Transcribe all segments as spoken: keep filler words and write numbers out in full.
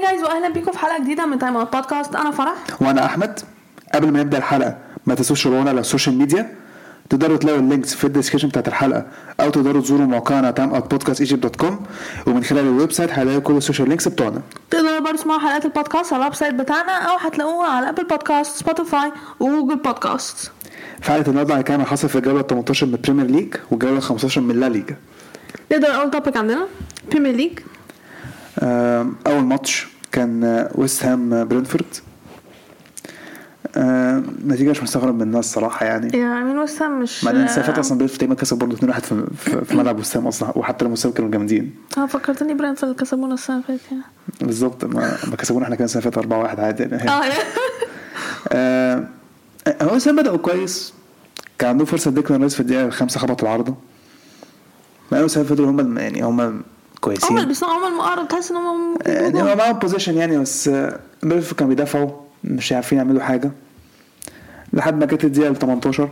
جايز واهلا بيكم في حلقه جديده من تايم اوت بودكاست. انا فرح وانا احمد. قبل ما نبدا الحلقه ما تنسوش تتابعونا على السوشيال ميديا. تقدروا تلاقوا اللينكس في الديسكريبشن بتاعت الحلقه او تقدروا تزوروا موقعنا تايم اوت بودكاست ايجيبت دوت كوم ومن خلال الويب سايت هتلاقوا كل السوشيال لينكس بتوعنا. تقدروا برضه تسمعوا حلقات البودكاست على الويب سايت بتاعنا او هتلاقوها على ابل بودكاست سبوتيفاي وجوجل بودكاست. في حلقه النهارده هنتكلم عن حصل في الجوله تمنتاشر من البريمير ليج والجوله خمستاشر من لا ليجا. نقدر اول توبيك عندنا بريمير ليج. اول ماتش كان ويست هام برينفورد. آه، نتيجه مش مستغرب من الناس الصراحه يعني. يا مين ويست هام مش ما انا فات اصلا برينفورد تقريبا كسب برضه اتنين واحد في في ملعب ويست هام اصلا وحتى المستوى كانوا جامدين. اه فكرتني برينفورد كسبونا السنه اللي فاتت يعني. بالظبط ما ما كسبونا احنا كان السنه اللي فاتت أربعة واحد عادي يعني. اه آه، هو السنه بدأوا كويس. كان عندهم فرصه ديكلان رايس في الدقيقه الخامسة خبط العارضه. ما قالوا السنه اللي فاتت هم يعني هم كويسين. هم بس هم المقارب تحس ان هم يعني هم معاهم بوزيشن يعني بس بيرف كانوا بيدافعوا مش عارفين يعملوا حاجه لحد ما جت الدقيقه تمنتاشر.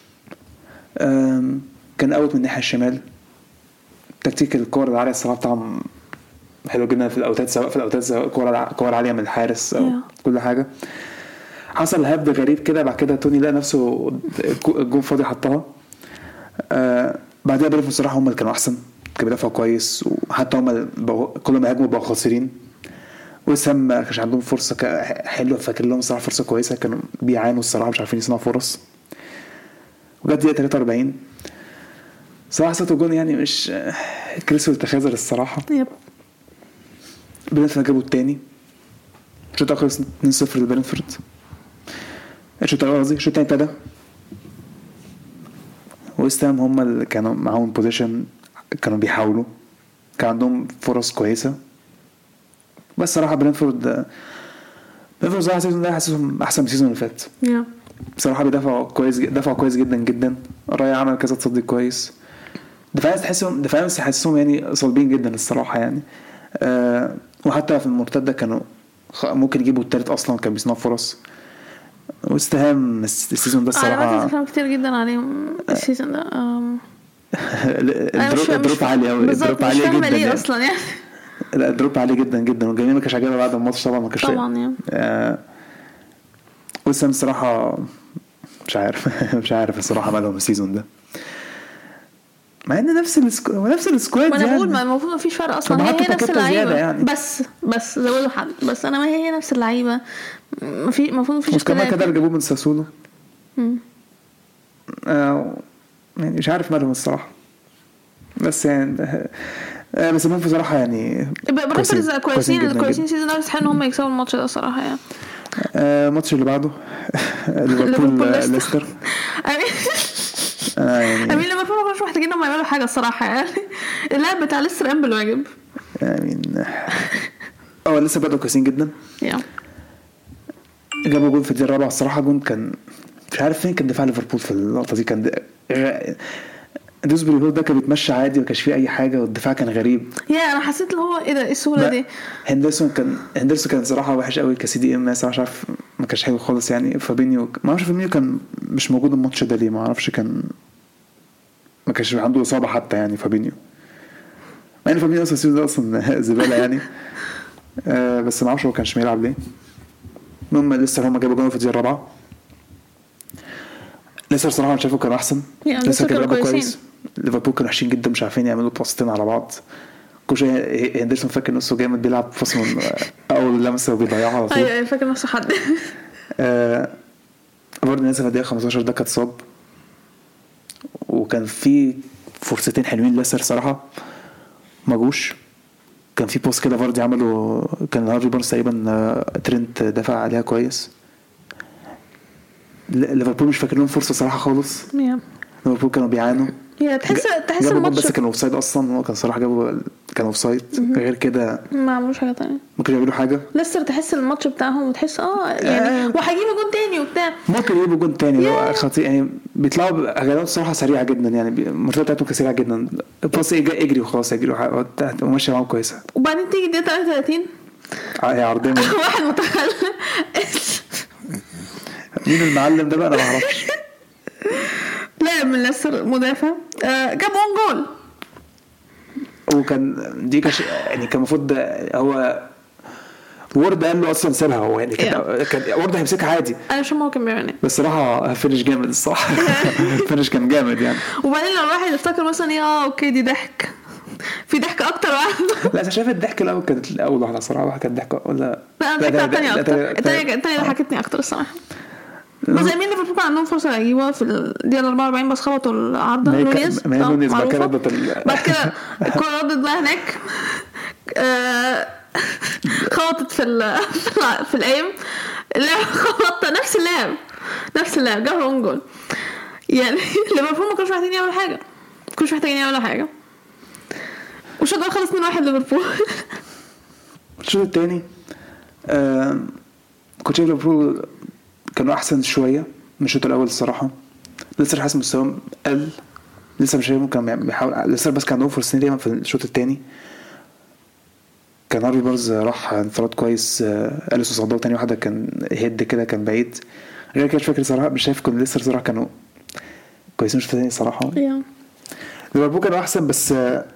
كان اوت من الناحيه الشمال. تكتيك الكور العاليه الصراحه بتاعهم حلو جدا في الاوتات سواء في الاوتات سواء كور كور عاليه من الحارس او yeah. كل حاجه. حصل هبد غريب كده بعد كده توني لقى نفسه الجون فاضي حطها. آه بعدها بيرف الصراحه هم اللي كانوا احسن كانوا بيدافعوا كويس وحتى هم كل ما هاجموا بقوا خاسرين. وسام ما كانش عندهم فرصه حلوه فاكر لهم صراحه فرصه كويسه كانوا بيعانوا الصراحه مش عارفين يصنعوا فرص. وجت دقيقه تلاتة وأربعين صراحه صوت جون يعني مش كريسول تخاذل الصراحه. يب برينفورد جابوا الثاني. الشوط الاول خلص اتنين صفر لبرينفورد. الشوط الاول قصدي الشوط الثاني ابتدى وستام هم اللي كانوا معاهم بوزيشن كانوا بيحاولوا كان عندهم فرص كويسه بس صراحه برينفورد برينفورد صراحه السيزون ده حاسسهم احسن من السيزون اللي فات. yeah. بصراحه بيدافعوا كويس دفعوا كويس جدا جدا. رايح عمل كذا تصدي كويس. دفاعيا تحسهم دفاعيا تحسهم يعني صلبين جدا الصراحه يعني. أه وحتى في المرتده كانوا ممكن يجيبوا الثالث اصلا كان بيصنعوا فرص. واستهام السيزون ده الصراحه انا بفهم كتير جدا عليهم السيزون ده. الدروب الدروب عالي قوي الدروب عالي جدا ليه اصلا يعني. لا الدروب عالي جدا جدا والجميع ما كانش عاجبها بعد الماتش طبعا ما كانش طبعا يعني آه وسام الصراحه مش عارف مش عارف الصراحه مالهم السيزون ده مع ان نفس السكو... نفس السكواد يعني. انا بقول ما المفروض ما فيش فرق اصلا هي نفس اللعيبه يعني. بس بس زودوا حد بس انا ما هي نفس اللعيبه ما في المفروض ما فيش كمان كده جابوه من ساسولو. امم آه يعني مش عارف مالهم الصراحه بس يعني آه بس هم بصراحه يعني بريفرز كويسين كويسين سيزون ده بس ان هم يكسبوا الماتش ده صراحه يعني. آه الماتش اللي بعده ليفربول ليستر. آه يعني امين لما فهموا مش محتاجين انهم يعملوا حاجه الصراحه يعني. اللعب بتاع ليستر ام بالواجب يعني اه لسه بدأوا كويسين جدا. yeah. جابوا جول في الدقيقه الرابعه الصراحه جون كان مش عارف فين كان دفاع ليفربول في اللقطه دي كان دوزبري هول ده كان بيتمشى عادي ما كانش فيه اي حاجه والدفاع كان غريب. يا yeah, انا حسيت اللي هو ايه ده ايه السهوله دي. هندرسون كان هندرسون كان صراحه وحش قوي كسي دي ام مش عارف ما كانش حلو خالص يعني. فابينيو ما اعرفش فابينيو كان مش موجود الماتش ده ليه ما اعرفش كان ما كانش عنده اصابه حتى يعني فابينيو ما يعني فابينيو اصلا ده اصلا زباله يعني. آه بس ما اعرفش هو كانش بيلعب ليه. المهم لسه هم جابوا جول في الدقيقه الرابعه. لسه الصراحه انا شايفه كان احسن. لسه كانوا كويسين. ليفربول كانوا وحشين جدا مش عارفين يعملوا باستين على بعض. كل شيء هندرسون فاكر نفسه جامد بيلعب فاصل من اول لمسه وبيضيعها على طول. ايوه فاكر نفسه حد. آه برضه نزل في الدقيقه خمستاشر ده كان صاب وكان في فرصتين حلوين لسه الصراحه ما جوش. كان في بوست كده فاردي عمله كان هارفي بارنز تقريبا ترينت دفع عليها كويس. ليفربول مش فاكر لهم فرصه صراحه خالص. yeah. ليفربول كانوا بيعانوا. يا تحس تحس الماتش بس كانوا اوفسايد اصلا هو كان صراحه جابوا كانوا اوفسايد غير كده ما عملوش حاجه ثانيه ممكن يعملوا حاجه. لسه تحس الماتش بتاعهم وتحس اه يعني آه. وهيجيبوا جون تاني وبتاع ممكن يجيبوا جون تاني لو خطير يعني بيطلعوا هجمات صراحه سريعه جدا يعني المرتده بتاعتهم سريعه جدا باص اجري وخلاص اجري وماشي معاهم كويسه. وبعدين تيجي الدقيقه تلاتة وتلاتين اه يا عرضين واحد متخلف مين المعلم ده بقى انا ما اعرفش. لا من لسر مدافع آه جاب اون جول وكان دي كش يعني كان المفروض هو وورد قال له اصلا سابها هو يعني كان كان وورد هيمسكها عادي. انا شو ما هو كان بيعمل بس صراحه فينش جامد الصراحه. فينش كان جامد يعني. وبعدين لو الواحد يفتكر مثلا ايه اه اوكي دي ضحك في ضحك اكتر واحد. لا انا شايف الضحك الاول كانت اول واحده صراحه كانت ضحك ولا لا الضحكه الثانيه اكتر. الثانيه الثانيه ضحكتني اكتر الصراحه. بس مين ليفربول كان عندهم فرصه يجيبوها في الدقيقه أربعة وأربعين بس خبطوا العارضه. نونيز نونيز بعد كده ردت بعد كده الكره ردت بقى هناك خبطت في في القايم اللعب خبطت نفس اللعب نفس اللعب جاب اون جول يعني. ليفربول ما كانوش محتاجين يعملوا حاجه ما كانوش محتاجين يعملوا حاجه والشوط الاول خلص اتنين واحد ليفربول. الشوط الثاني آه كنت شايف ليفربول كانوا احسن شويه من الشوط الاول الصراحه. لسه حاسس مستواهم قل لسه مش ممكن بيحاول لسه بس كان عندهم فرصتين دايما في الشوط الثاني. كان هارفي بارز راح انفراد كويس اليسو صدها تاني واحده كان هيد كده كان بعيد. غير كده مش فاكر صراحه مش شايف كل لسه صراحه كانوا كويسين الشوط الثاني صراحه. ليفربول كانوا احسن بس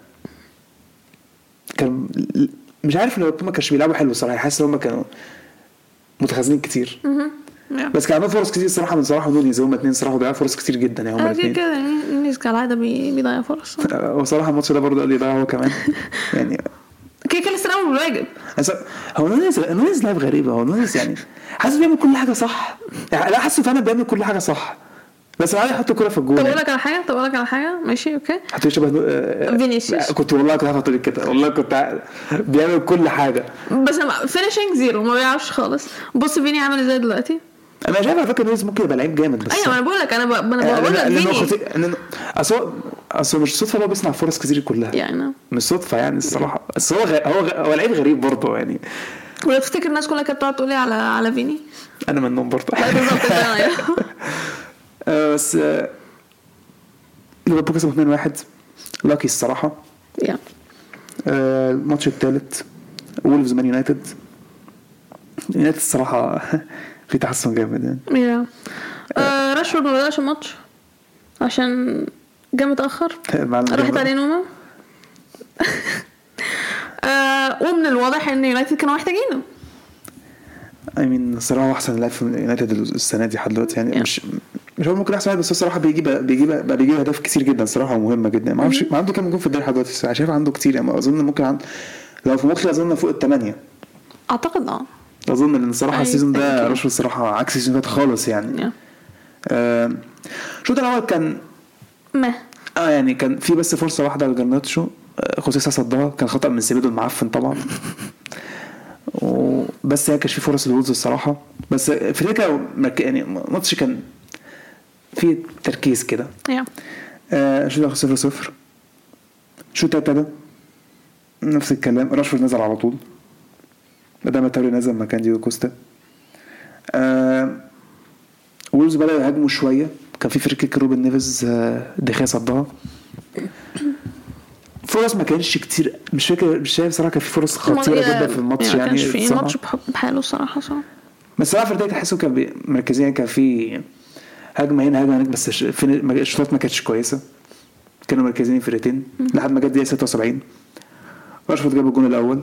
كان مش عارف ليفربول ما كانش بيلعبوا حلو صراحه. حاسس ان هم كانوا متخاذلين كتير بس كان عندهم فرص كتير صراحه من صراحه ونونيز هم الاثنين صراحه ضيعوا فرص كتير جدا يعني هم الاثنين كده نونيز كالعاده بيضيع فرص. وصراحه الماتش ده برضه قال يضيع هو كمان يعني كده كان لسه عامل بالواجب. هو نونيز نونيز لاعب غريبه. هو نونيز يعني حاسس بيعمل كل حاجه صح يعني. لا حاسه فعلا بيعمل كل حاجه صح بس عادي يحط الكره في الجول. طب اقول لك على حاجه طب اقول لك على حاجه ماشي اوكي حتى شبه فينيسيوس. كنت والله كنت هحط لك كده والله كنت بيعمل كل حاجه بس فينيشنج زيرو ما بيعرفش خالص. بص فيني عامل ازاي دلوقتي. انا شايف على فكره نونيز ممكن يبقى لعيب جامد بس ايوه انا بقول لك انا ب... انا بقول لك فيني اصل اصل مش صدفه هو بيصنع فرص كتير كلها يعني مش صدفه يعني الصراحه. بس هو غ... هو غ... هو لعيب غريب برضه يعني. ولا تفتكر الناس كلها كانت بتقعد تقول على على فيني انا منهم برضه بالظبط. بس ليفربول كسبوا اتنين واحد لاكي الصراحه. يا الماتش الثالث وولفز مان يونايتد. يونايتد الصراحه في تحسن جامد يعني. يا آه راشفورد ما بداش الماتش عشان جه متاخر راحت عليه نومه. آه ومن الواضح ان يونايتد كانوا محتاجينه. اي مين الصراحه احسن لاعب في يونايتد السنه دي لحد دلوقتي يعني. مش مش هو ممكن احسن بس الصراحه بيجيب بيجيب بيجيب اهداف كتير جدا صراحه ومهمه جدا. ما اعرفش ما عنده كام جول في الدوري لحد دلوقتي. شايف عنده كتير يعني. اظن ممكن عند لو في مخي اظن فوق الثمانية اعتقد اه اظن ان الصراحه السيزون ده راشفورد الصراحه عكس السيزون ده خالص يعني. آه الشوط الاول كان ما اه يعني كان في بس فرصه واحده لجرناتشو خوسيسا صدها كان خطا من سيبيدو المعفن طبعا. وبس هي كانش في فرص للولز الصراحه. بس فريقه يعني ماتش كان في تركيز كده. يا آه شوط صفر صفر شوط ابتدى نفس الكلام. راشفورد نزل على طول بدل ما توري نزل مكان ديو كوستا. آه وولز بدأوا يهاجموا شويه. كان في فريق روبن نيفز آه دخيا صدها. فرص ما كانش كتير مش فاكر مش شايف صراحه كان في فرص خطيره جدا في الماتش يعني. كانش في ماتش بحاله صراحه صح. بس صراحه فريق تحسوا كان مركزين كان في هجمه هنا هجمه هناك بس في الشوط ما كانتش كويسه. كانوا مركزين فرقتين لحد ما جت دقيقه ستة وسبعين راشفورد جاب الجون الاول.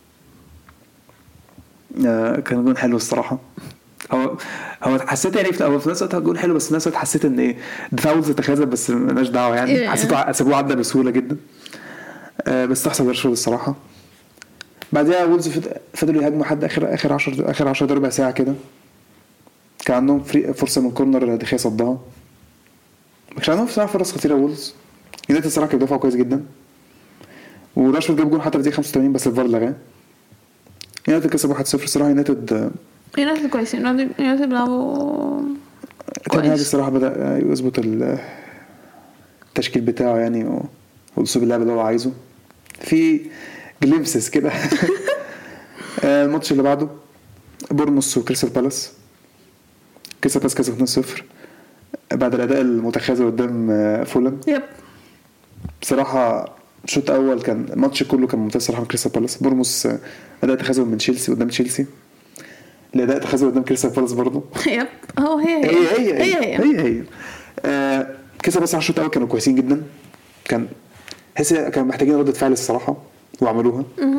آه كان جون حلو الصراحه. هو هو حسيت يعني في الاول في نفس الوقت جون حلو بس في نفس الوقت حسيت ان ايه دفاع وولز تخاذل بس مالناش دعوه يعني. حسيته سابوه عدى بسهوله جدا. آه بس تحسب راشفورد الصراحه. بعدها وولز فضلوا يهاجموا لحد اخر اخر عشرة اخر عشرة ربع ساعه كده. كان عندهم فرصه من كورنر دخيا صدها. ما كانش عندهم فرص خطيره وولز. يونايتد الصراحه كانوا بيدافعوا كويس جدا وراشفورد جاب جون حتى في دقيقه خمسة وثمانين بس الفار لغاه. يونايتد كسب واحد صفر الصراحه. يونايتد يونايتد كويسين. يونايتد بيلعبوا كان هذا الصراحه بدا يظبط التشكيل بتاعه يعني واسلوب اللعب اللي هو عايزه في جليمسز كده. الماتش اللي بعده بورنموث وكريستال بالاس. كريستال بالاس كسب اتنين صفر بعد الاداء المتخاذل قدام فولم. يب بصراحه الشوط الاول كان الماتش كله كان ممتاز صراحه. كريستال بالاس بورنموث اداء تخاذل من تشيلسي قدام تشيلسي. الاداء تخاذل قدام كريستال بالاس برضه. يب هو هي هي هي هي هي هي, هي. آه كريستال بالاس على الشوط الاول كانوا كويسين جدا. كان حس كانوا محتاجين ردة فعل الصراحه وعملوها.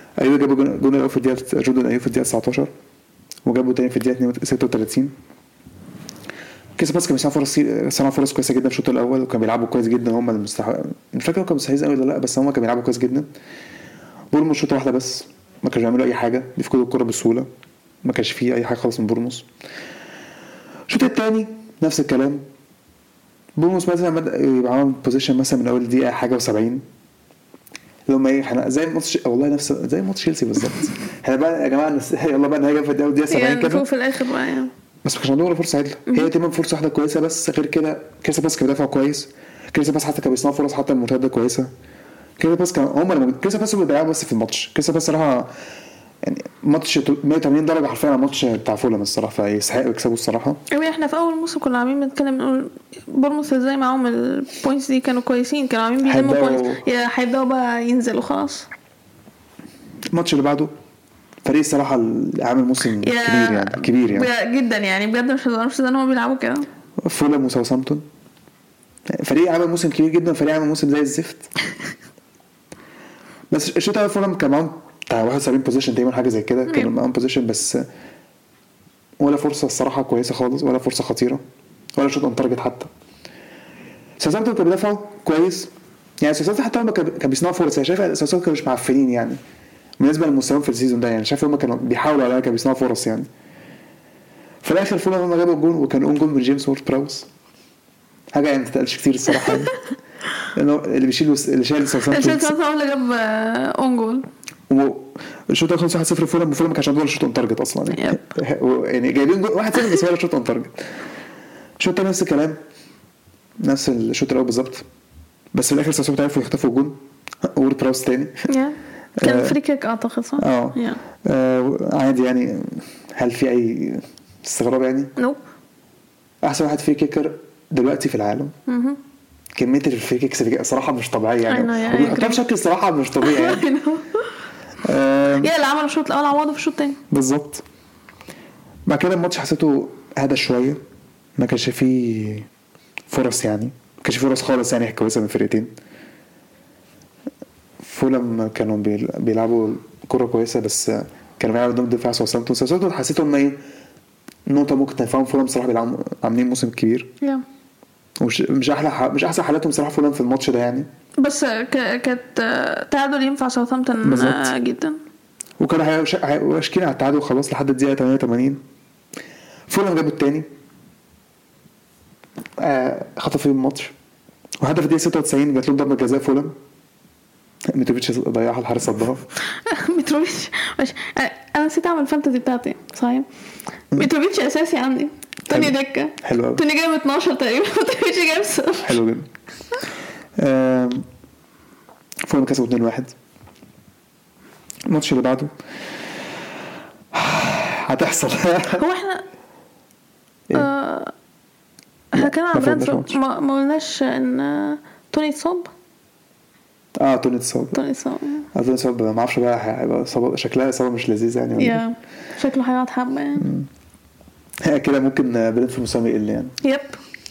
ايوه جابوا جون الاول في الدقيقه، جوردن ايوه في الدقيقه تسعتاشر، وجابوا تاني في الدقيقه ستة وتلاتين. كيس باس كان بيصنع فرص صنع فرص كويسه جدا في الشوط الاول، وكان بيلعبوا كويس جدا. هم المستحق مش فاكر كانوا مستحيز قوي ولا لا، بس هم كانوا بيلعبوا كويس جدا. بورموس شوط واحده بس ما كانوا بيعملوا اي حاجه، بيفقدوا الكره بسهوله، ما كانش فيه اي حاجه خالص من بورموس. الشوط الثاني نفس الكلام، بورموس مثلا يبقى عامل بوزيشن مثلا من اول دقيقه حاجه و70، لما ايه احنا زي ماتش والله نفس زي ماتش تشيلسي بالظبط. احنا بقى يا جماعه نس... يلا بقى نهاجم في الدقيقه سبعين كده في الاخر بقى يعني. بس ما كانش عندهم ولا فرصه عدله. هي تمام فرصه واحده كويسه بس، غير كده كريس باس كان بيدافع كويس، كريس باس حتى كان بيصنع فرص حتى المرتده كويسه. كريس باس كان هم لما كريس باس اللي بيلعبوا بس في الماتش. كريس باس صراحه يعني ماتش مية وتمانين درجه حرفيا على الماتش بتاع فولهام الصراحه، فيستحقوا يكسبوا الصراحه. ايوه احنا في اول موسم كنا عاملين بنتكلم نقول بورموس ازاي معاهم البوينتس دي كانوا كويسين، كانوا عاملين بيلموا بوينتس، يا هيبداوا بقى ينزلوا خلاص. الماتش اللي بعده فريق الصراحه عامل موسم كبير يعني كبير يعني جدا يعني بجد، مش مش ان هم بيلعبوا كده. فولهام وساوثهامبتون فريق عامل موسم كبير جدا، فريق عامل موسم زي الزفت. بس الشوط الاول فولهام كان معاهم بتاع واحد وسبعين بوزيشن تقريبا حاجه زي كده، كانوا معاهم بوزيشن بس ولا فرصه الصراحه كويسه خالص، ولا فرصه خطيره، ولا شوط اون تارجت حتى. ساوثهامبتون كانوا بيدافعوا كويس يعني، ساوثهامبتون حتى هم كانوا بيصنعوا فرص. انا شايف ساوثهامبتون كانوا مش معفنين يعني بالنسبه للمستوى في السيزون ده، يعني شايف هم كانوا بيحاولوا على كانوا بيصنعوا فرص يعني. في الاخر فولهام هم جابوا الجول، وكان اون جول من جيمس وورد براوس، حاجه يعني ما تتقالش كتير الصراحه يعني. لانه اللي بيشيل اللي شايل ساوثهامبتون اللي جاب اون جول. والشوط الاول واحد صفر فولهام، وفولهام ما كانش عنده ولا شوط اون تارجت اصلا يعني. يعني جايبين واحد صفر بس ولا شوط اون تارجت. الشوط الثاني نفس الكلام، نفس الشوط الاول بالظبط، بس في الاخر ساوثهامبتون عرفوا يخطفوا جول وورد براوس تاني. كان فري كيك اعتقد صح؟ اه عادي يعني. هل في اي استغراب يعني؟ نو. احسن واحد فري كيكر دلوقتي في العالم. اها كميه الفري كيكس صراحه مش طبيعيه يعني، وبيحطها بشكل صراحه مش طبيعي يعني. يا اللي عملوا الشوط الاول عوضوا في الشوط الثاني بالظبط. بعد كده الماتش حسيته هدى شويه، ما كانش فيه فرص يعني، ما كانش فيه فرص خالص يعني كويسه من فرقتين. فولهام كانوا بيلعبوا كره كويسه، بس كانوا بيلعبوا ضد دفاع ساوثهامبتون. ساوثهامبتون حسيتهم ايه نقطه ممكن تنفعهم. فولهام صراحه بيلعبوا عاملين موسم كبير yeah. ومش مش احلى مش احسن حالاتهم صراحه فولهام في الماتش ده يعني، بس كانت تعادل ينفع ساوثهامبتون جدا، وكانوا هيشكين على التعادل خلاص لحد الدقيقه تمانية وتمانين. فولهام جابوا الثاني، آه خطف فيه الماتش، وهدف الدقيقه ستة وتسعين جات لهم ضربه جزاء فولهام، ميتروفيتش ضيعها الحارس صدها. ميتروفيتش ماشي، انا نسيت اعمل الفانتزي بتاعتي صحيح. ميتروفيتش اساسي عندي، تاني دكه حلو قوي، تاني جايب اتناشر تقريبا، ميتروفيتش جايب صفر. حلو جدا. آه فولهام كسبوا اتنين واحد. الماتش اللي بعده هتحصل. هو احنا آه احنا كان عندنا ما ما قلناش ان توني اتصاب. اه توني اتصاب توني اتصاب اه توني اتصاب ما اعرفش بقى هيبقى شكلها اصابه مش لذيذه يعني، يا شكله هيقعد حبه يعني. هي كده ممكن بنت في مسامي يقل يعني. يب.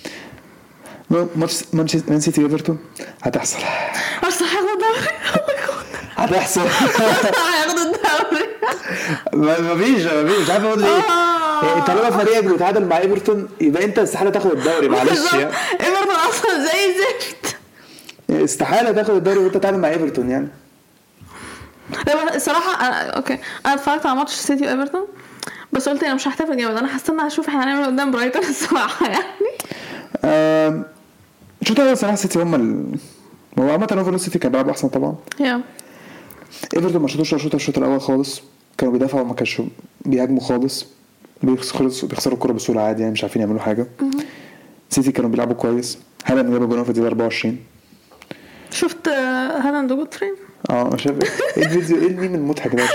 ماتش مان سيتي ايفرتون هتحصل. اصل هياخد الدوري. هتحصل. هياخد الدوري. ما فيش ما فيش مش عارف اقول ايه. طالما فريقك بيتعادل مع ايفرتون يبقى انت استحاله تاخد الدوري، معلش يعني. ايفرتون اصلا زي الزفت، استحاله تاخد الدوري وانت تتعادل مع ايفرتون يعني. لا الصراحه أنا... اوكي انا اتفرجت على ماتش سيتي وايفرتون، بس قلت انا مش هحتفل جامد، انا هستنى اشوف احنا هنعمل قدام برايتون الصراحه يعني. امم شو ده صراحه سيتي هم ال... هو عامه اوفر سيتي كان بيلعب احسن طبعا. يا ايفرتون ما شطوش الشوط الشوط الاول خالص، كانوا بيدافعوا وما كانش بيهاجموا خالص، بيخسروا بيخسروا الكره بسهوله عادي يعني، مش عارفين يعملوا حاجه. سيتي كانوا بيلعبوا كويس. هالاند جاب جول في الدقيقه أربعة وعشرين. شفت هالاند جود فريم؟ اه شايف ايه الفيديو ايه الميم المضحك ده؟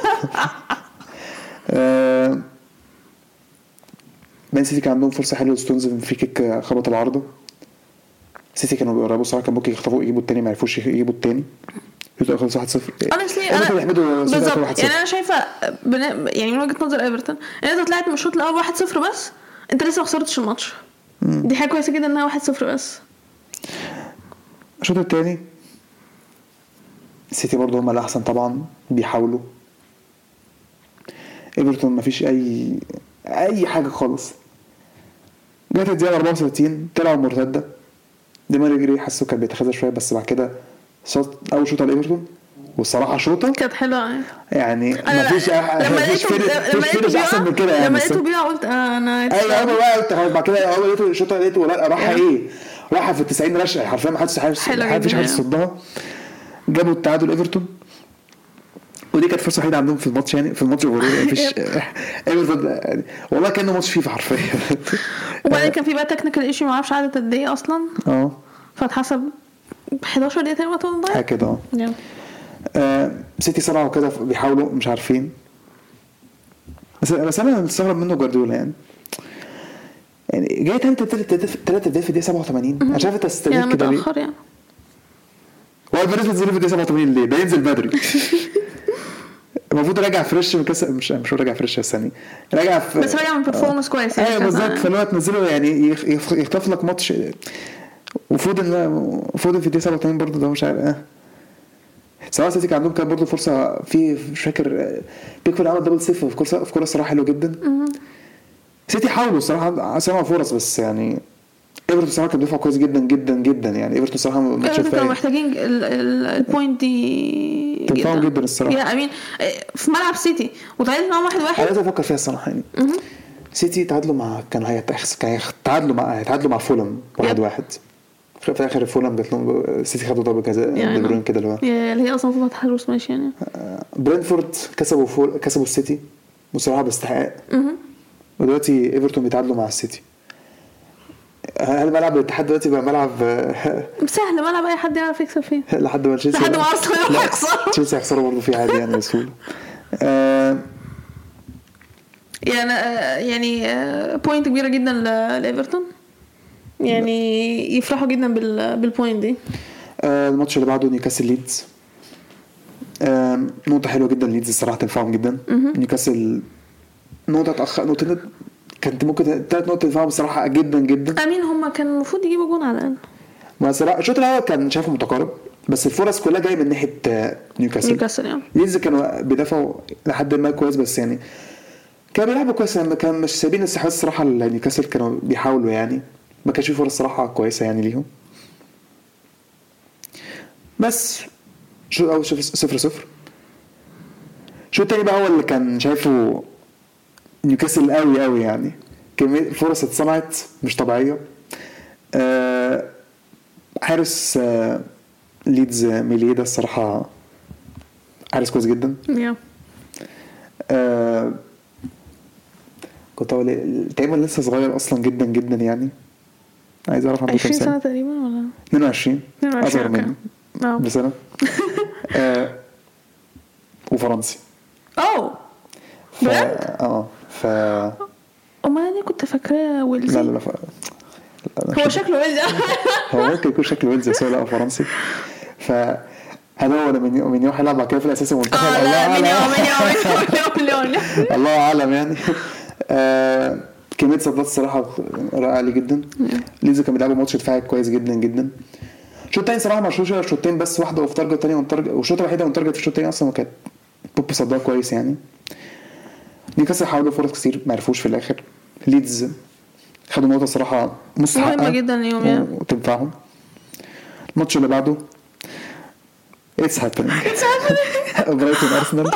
آه مان سيتي كان عندهم فرصه حلوه، ستونز في كيك خبط العارضه. سيتي كانوا بيقربوا صراحه، كان ممكن يخطفوا يجيبوا الثاني، ما عرفوش يجيبوا الثاني. يبقى خلص واحد صفر. انا بالظبط يعني انا شايفه بن... يعني من وجهه نظر ايفرتون ان انت طلعت من الشوط الاول واحد صفر بس، انت لسه ما خسرتش الماتش. دي حاجه كويسه جدا، انها واحد صفر بس. الشوط الثاني الشوط الثاني كان بيلعبوا كويس جدا، كانوا بيدافعوا كويس جدا، كانوا بيصنعوا فرص كويسه. الشوط الاول كان بيلعبوا كويس جدا، الشوط الثاني كانوا بيلعبوا كويس جدا، كانوا بيصنعوا فرص كويسه. الشوط الثاني شوط الثاني سيتي برضه هم الاحسن طبعا بيحاولوا. ايفرتون مفيش اي اي حاجه خالص. جت الدقيقه أربعة وثلاثين طلعوا مرتده، دي ماري جري حسوا كان بيتخاذل شويه، بس بعد كده شوط اول شوطه لايفرتون والصراحه شوطه كانت حلوه يعني مفيش لما لقيته لما لقيته احسن من كده يعني. لما لقيته بيها قلت انا ايوه انا بقى بعد كده اول لقيته الشوطه لقيته راحه ايه راحه في التسعين رشه حرفيا ما حدش حاسس مفيش حد صدها. جابوا التعادل ايفرتون، ودي كانت فرصه وحيده عندهم في الماتش يعني في الماتش غروري مفيش ايفرتون والله كانه ماتش فيفا حرفيا. وبعدين كان في بقى تكنيكال ايشو ما اعرفش عدد قد ايه اصلا اه فاتحسب حداشر دقيقه تقريبا وقت ضايع حاجه كده اه. آه سيتي صراحه كده بيحاولوا مش عارفين، بس بس انا مستغرب منه جوارديولا يعني يعني جاي ثلاثة ثلاثة في الدقيقه سبعة وثمانين انا شايف تستنى كده ليه يعني هو الباريس بتنزل في الدقيقه سبعة وثمانين ليه ده ينزل بدري المفروض راجع فريش من كاس مش مش راجع فريش الثاني راجع في بس راجع من بيرفورمانس كويس يعني. ايوه بالظبط فلو تنزله يعني يخطف لك ماتش وفودن فودن في الدقيقه سبعة وثمانين برضه ده مش عارف اه سواء سيتي كان عندهم كان برضه فرصه في مش فاكر بيكفر عمل دبل سيف في كوره في كوره الصراحه حلوه جدا. سيتي حاولوا الصراحه سمعوا فرص بس يعني ايفرتون صراحه كان بيدافع كويس جدا جدا جدا يعني ايفرتون صراحه ماتش كانوا محتاجين البوينت دي جدا جدا الصراحه يا امين في ملعب سيتي وتعادلوا معاهم واحد واحد. انا لازم افكر فيها الصراحه يعني سيتي تعادلوا مع كانوا هيتعادلوا مع هيتعادلوا مع فولم واحد واحد في اخر فولم جات لهم سيتي خدوا ضربه جزاء دي بروين كده اللي هو اللي هي اصلا فوق تحرش ماشي يعني. برينفورد كسبوا فول كسبوا السيتي بصراحه باستحقاق. ودلوقتي ايفرتون بيتعادلوا مع السيتي. هل ملعب الاتحاد دلوقتي بقى ملعب سهل ملعب اي حد يعرف يكسب فيه لحد ما تشيلسي لحد ما ارسنال يخسر تشيلسي هيخسروا برضه فيه عادي يعني بسهوله. آه يعني يعني بوينت كبيره جدا لايفرتون يعني يفرحوا جدا بالبوينت دي. آه الماتش اللي بعده نيوكاسل ليدز. آه نقطه حلوه جدا ليدز الصراحه تنفعهم جدا. نيوكاسل نقطه تاخر نقطه كانت ممكن ثلاث نقط تنفعهم بصراحه جدا جدا. امين هم كان المفروض يجيبوا جون على الاقل. ما صراحه الشوط الاول كان شايفه متقارب بس الفرص كلها جايه من ناحيه نيوكاسل. نيوكاسل يعني ليدز كانوا بيدافعوا لحد ما كويس بس يعني كانوا بيلعبوا كويس كان مش سايبين الساحات الصراحه. نيوكاسل كانوا بيحاولوا يعني ما كانش في فرص صراحه كويسه يعني ليهم. بس شو اول شوف صفر صفر. شو التاني بقى هو اللي كان شايفه نيوكاسل قوي قوي يعني كمية فرص اتصنعت مش طبيعيه. أه حارس أه ليدز ميليه ده الصراحه حارس كويس جدا. أه كنت اقول تقريبا لسه صغير اصلا جدا جدا يعني عايز اعرف عنده كام سنه. عشرين سنه تقريبا ولا اثنين وعشرين اصغر مني بسنه. آه وفرنسي اوه بجد اه ف امال انا كنت فاكراه ويلزي. لا لا لا ف... هو شكله ويلزي هو ممكن يكون شكله ويلزي بس هو لا فرنسي. ف هل هو من من يوم هيلعب بعد كده في الاساس المنتخب الله اعلم الله اعلم يعني. آه كميه صدات الصراحه رائعه جدا. ليزا كان بيلعبوا ماتش دفاعي كويس جدا جدا. الشوط الثاني صراحه مشروش شوطين بس واحده اوف تارجت الثانيه اون تارجت والشوط الوحيده اون تارجت في الشوط الثاني اصلا كانت بوب صدها كويس يعني. نيوكاسل حاولوا فرص كتير ما عرفوش في الاخر. ليدز خدوا نقطه صراحه مستحقه مهمه جدا اليوم يعني وتنفعهم. الماتش اللي بعده اتس هابينج برايتون ارسنال.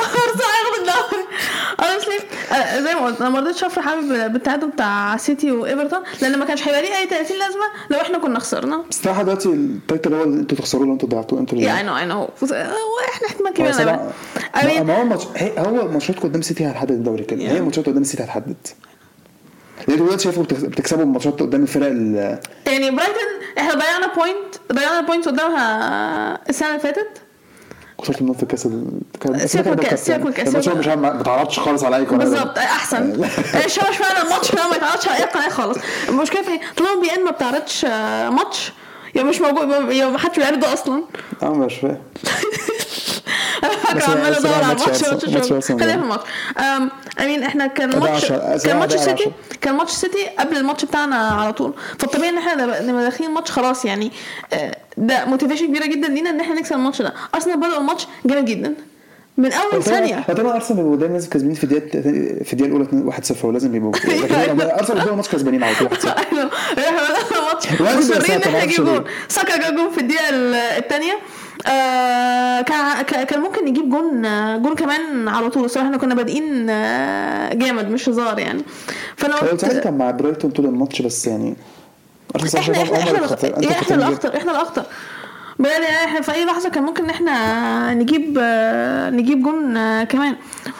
زي ما قلت انا ما رضيتش افرح قوي بالتعادل بتاع سيتي وايفرتون لان ما كانش هيبقى ليه اي ثلاثين لازمه لو احنا كنا خسرنا. الصراحه دلوقتي التايتل هو اللي انتوا تخسروا لو انتوا ضيعتوا انتوا يعني اي نو اي نو واحنا احتمال كبير قوي. ما هو ماتش هو ماتشات قدام سيتي هتحدد الدوري كده. هي ماتشات قدام سيتي هتحدد ليه دلوقتي شايفوا بتكسبوا الماتشات قدام الفرق يعني برايتون احنا ضيعنا بوينت ضيعنا بوينت قدامها السنه اللي فاتت. خسرت من في كاس سيبك كاس سيبك كاس الماتش مش ما تعرضش خالص على اي قناه بالظبط احسن. ايش مش فعلا الماتش ما يتعرضش على اي قناه خالص. المشكله في طالما بي ان ما بتعرضش ماتش يا مش موجود يا ما حدش بيعرضه اصلا. اه مش فاهم كان عمال ادور على ماتش ماتش خلينا في الماتش. ام امين احنا كان ماتش كان ماتش سيتي كان ماتش سيتي قبل الماتش بتاعنا على طول، فالطبيعي ان احنا نبقى داخلين الماتش خلاص يعني ده موتيفيشن كبيره جدا لينا ان احنا نكسب الماتش ده. ارسنال بدأوا الماتش جامد جدا من اول ثانيه. طبعا ارسنال بيبقوا دايما كسبانين في الدقيقه في الدقيقه الاولى واحد صفر ولازم يبقوا ارسنال بيبقوا ماتش كسبانين على طول واحد صفر. ايوه احنا ماتش مصرين ان احنا نجيب جول. ساكا جاب جول في الدقيقه الثانيه. آه كان كان ممكن نجيب جون جون كمان على طول الصراحه. احنا كنا بادئين جامد مش هزار يعني. فانا قلت كان مع برايتون طول الماتش بس يعني احنا احنا احنا, احنا الاخطر احنا الاخطر بقى احنا في اي لحظه كان ممكن ان احنا نجيب نجيب جون كمان.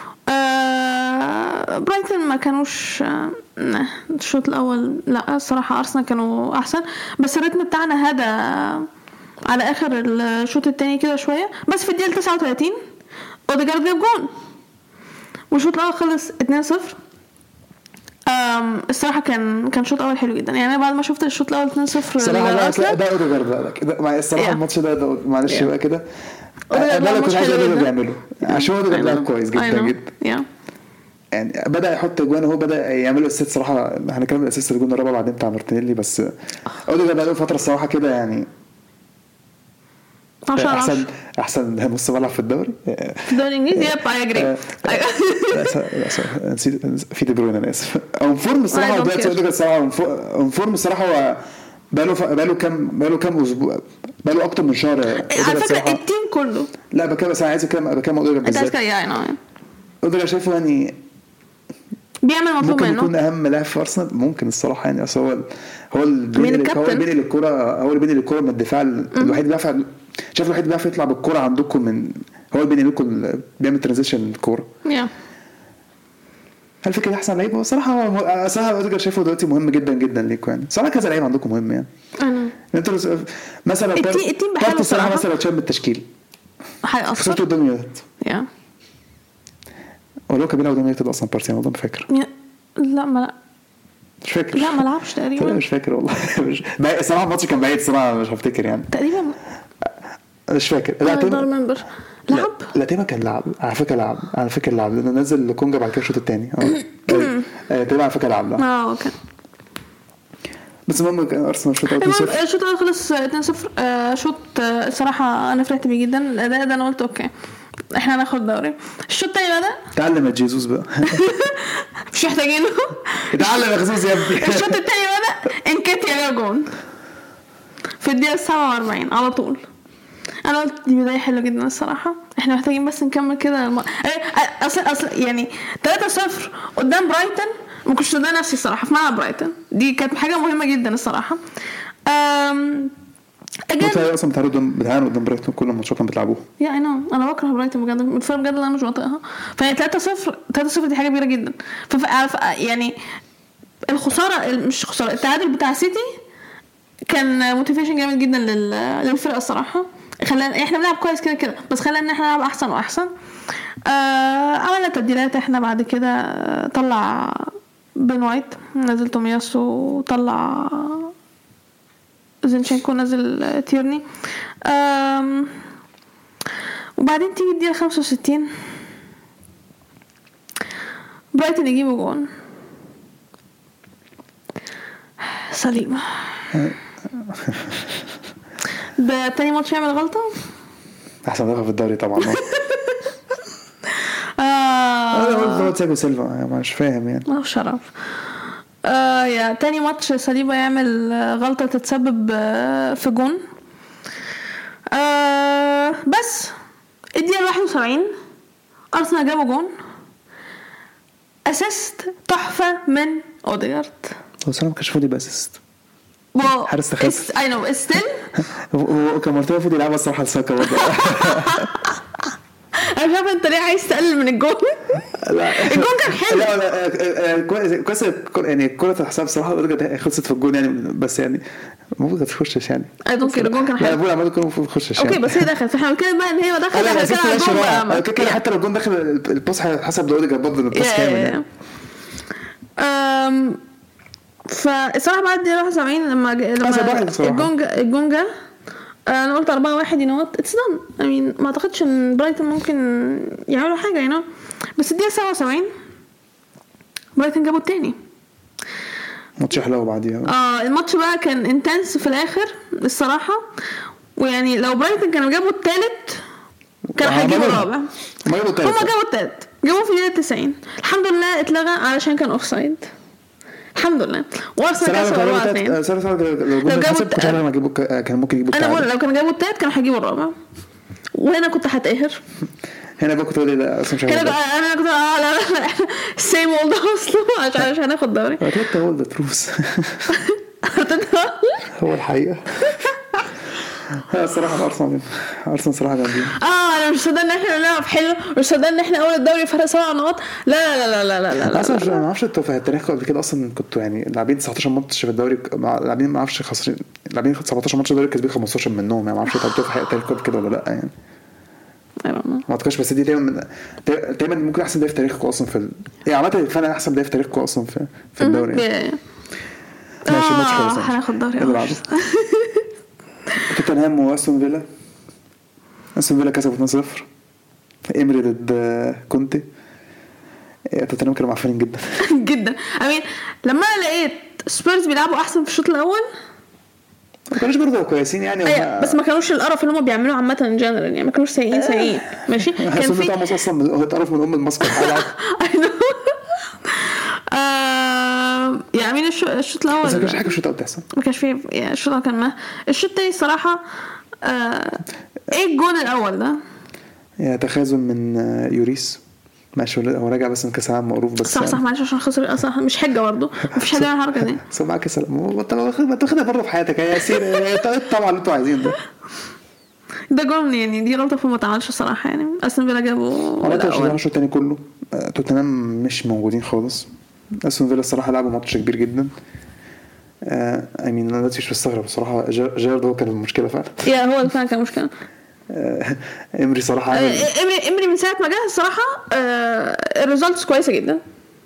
برايتون ما كانوش الشوط الاول لا الصراحه ارسنال كانوا احسن بس الريتم بتاعنا هذا على اخر الشوط الثاني كده شويه. بس في الدقيقه تسعة وثلاثين اوديجارد جاب جون والشوط الاول خلص اتنين صفر. امم الصراحه كان كان شوط اول حلو جدا يعني. بعد ما شفت الشوط الاول اتنين صفر الصراحه ده اوديجارد كده مع الصراحه الماتش ده معلش بقى كده انا كنت عايز اقول له يعمله عشان اوديجارد لعب كويس جدا جدا يعني. بدا يحط اجوان وهو بدا يعمل اسيست صراحه. هنتكلم الاسيست الجون الرابع بعدين بتاع مارتينيلي بس اوديجارد بقى له فتره الصراحه كده يعني احسن احسن نص ملعب في الدوري في الدوري الانجليزي. يا باي اجري نسيت في دي بروين انا اسف. او فورم الصراحه دلوقتي اوديجارد الصراحه فورم الصراحه هو بقاله بقاله كام بقاله كام اسبوع بقاله اكتر من شهر على فكره التيم كله. لا بكام بس انا عايز اتكلم بكام اوديجارد بالذات. اوديجارد شايفه يعني بيعمل مطلوب منه. ممكن يكون اهم لاعب في ارسنال ممكن الصراحه يعني. اصل هو هو البين هو البين للكره هو البين للكره من الدفاع الوحيد بيعرف شايف الوحيد بيعرف يطلع بالكره عندكم من هو البين لكم بيعمل ترانزيشن الكره. يا هل فكره احسن لعيب؟ هو صراحه هو صراحه اوديجارد شايفه دلوقتي مهم جدا جدا ليكم يعني. صراحه كذا لعيب عندكم مهم يعني. انا انتوا مثلا التيم بحاله صراحه مثلا تشام بالتشكيل هيأثر خسرتوا قدام يونايتد. يا ولو كان بيلعب قدام يونايتد اصلا بارتيان والله ما فاكر. لا ما لا مش فاكر. لا ما لعبش تقريبا. مش فاكر والله. مش صراحه الماتش كان بعيد صراحه مش هفتكر يعني تقريبا مش فاكر. لا تقريبا لعب لا تقريبا كان لعب على فكره لعب على فكره لعب لانه نزل كونجا بعد كده الشوط الثاني اه تقريبا على فكره لعب. اه اوكي بس المهم كان ارسنال شوط اول صفر. الشوط الاول خلص اتنين صفر. شوط الصراحه انا فرحت بيه جدا. الاداء ده انا قلت اوكي احنا هناخد دوري. الشوط الثاني بدا تعلم جيسوس بقى مش محتاجينه اتعلم يا جيسوس يا ابني. الشوط الثاني بدا انكيتيا جاب جون في الدقيقه سبعة وأربعين على طول. انا قلت دي بدايه حلوه جدا الصراحه. احنا محتاجين بس نكمل كده الم... اصل اصل يعني ثلاثة صفر قدام برايتون ما كنتش ده نفسي الصراحه في ملعب برايتون. دي كانت حاجه مهمه جدا الصراحه. امم انت اصلا بتعرضوا بتعرضوا قدام برايتون كل الماتشات اللي بتلعبوها. يا انا انا بكره برايتون بجد متفرج بجد انا مش بطيقها. فهي ثلاثة صفر ثلاثة صفر دي حاجه كبيره جدا. ف يعني الخساره مش خساره التعادل بتاع سيتي كان موتيفيشن جامد جدا للفرقه الصراحه. خلانا احنا بنلعب كويس كده كده بس خلانا ان احنا نلعب احسن واحسن. آه عملنا تبديلات احنا بعد كده. طلع بن وايت نزل تومياسو وطلع زينشينكو نزل تيرني. آم وبعدين تيجي الدقيقه خمسة وستين برايتون يجيبوا جون سليم. ده تاني ماتش يعمل غلطة. احسن دفع في الدوري طبعا. اه انا قلت هو تياجو سيلفا مش فاهم يعني ما هو شرف. آه يا تاني ماتش سليبا يعمل غلطة تتسبب في جون. آه بس الدقيقة واحد وسبعين أرسنال جابوا جون اسيست تحفة من اوديجارد. هو صراحة ما كانش فاضي باسيست حارس تخلف. I know still وكان مرتبه فاضي يلعبها الصراحة لساكا برضه. انا مش عارفه انت ليه عايز تقلل من الجون. لا الجون كان حلو. لا لا كويس كويس يعني كرة الحساب صراحة خلصت في الجون يعني بس يعني المفروض تخشش يعني. اي دونت كير الجون كان حلو. لا بقول عمال كان المفروض تخشش اوكي بس هي دخلت فاحنا كده بقى ان هي دخلت احنا كده كده حتى لو الجون دخل الباص حسب دقيقة برضه الباص كامل يعني. امم فالصراحه بعد دقيقه واحد وسبعين لما لما الجون الجون جه انا قلت أربعة واحد ينوت اتس دان. I mean ما اعتقدش ان برايتون ممكن يعملوا حاجه you know. بس الدقيقه سبعة وسبعين برايتون جابوا التاني. ماتش حلو بعديها. اه الماتش بقى كان انتنس في الاخر الصراحه. ويعني لو برايتون كانوا جابوا الثالث كانوا هيجيبوا الرابع. هم جابوا الثالث. هم جابوا الثالث جابوا في الدقيقه تسعين. الحمد لله اتلغى علشان كان اوف سايد. الحمد لله. وارسنال كسبوا أربعة اثنين. لو جابوا كان ممكن يجيبوا. انا بقول لو كانوا جابوا الثالث كانوا هيجيبوا الرابع. وهنا كنت هتقهر. هنا بقى كنت اقول لا اصلا مش هنا بقى انا كنت اه لا سيم اولد اصلا عشان عشان هناخد دوري. انت هو ده تروس هو الحقيقه. الصراحه ارسنال ارسنال صراحه جامدين. اه انا مش صدق ان احنا بنلعب حلو. مش صدق ان احنا اول الدوري فرق سبع نقط. لا لا لا لا لا لا اصلا ما اعرفش انتوا في التاريخ قبل كده اصلا كنتوا يعني لاعبين تسعتاشر ماتش في الدوري لاعبين ما اعرفش خسرين لاعبين سبعتاشر ماتش الدوري كسبين خمستاشر منهم يعني ما اعرفش انتوا في التاريخ قبل كده ولا لا يعني ما اعتقدش. بس دي دايما دايما ممكن احسن بدايه في تاريخكم اصلا في ال... يعني عامه فعلا احسن بدايه في تاريخكم اصلا في في الدوري يعني. ماشي الماتش خلص هناخد دوري. توتنهام واستون فيلا. استون فيلا كسبوا اثنين صفر. امري ضد كونتي. توتنهام كانوا معفنين جدا جدا. امين لما لقيت سبيرز بيلعبوا احسن في الشوط الاول ما كانوش برضه كويسين يعني أيه بس ما كانوش القرف اللي هم بيعملوه عامه جنرال يعني ما كانوش سيئين سيئين ماشي. كان في طعم اصلا هو اتقرف من ام الماسك الحلقه آه يعني مين الشوط الاول بس ما كانش حاجه الشوط الاول تحسن ما كانش فيه يعني الشوط الاول كان ما الشوط الثاني الصراحه آه ايه الجون الاول ده يا تخاذل من يوريس ماشي هو راجع بس من كاس العالم مقروف بس صح صح معلش عشان خسر صح مش حجه برضه مفيش حاجه يعمل الحركه دي صح معاك سلام انت ما تاخدها بره في حياتك يا ياسين طبعا اللي انتوا عايزين ده ده جون يعني دي غلطه فما تعملش الصراحه يعني استون فيلا جابوا ولا الشوط الثاني كله توتنهام مش موجودين خالص. استون فيلا الصراحه لعبوا ماتش كبير جدا. اي مين انا دلوقتي مش مستغرب الصراحه جيرارد هو كان المشكله فعلا يا هو فعلا كان مشكله. امري صراحه امري امري من ساعه ما جه الصراحه الريزلتس كويسه جدا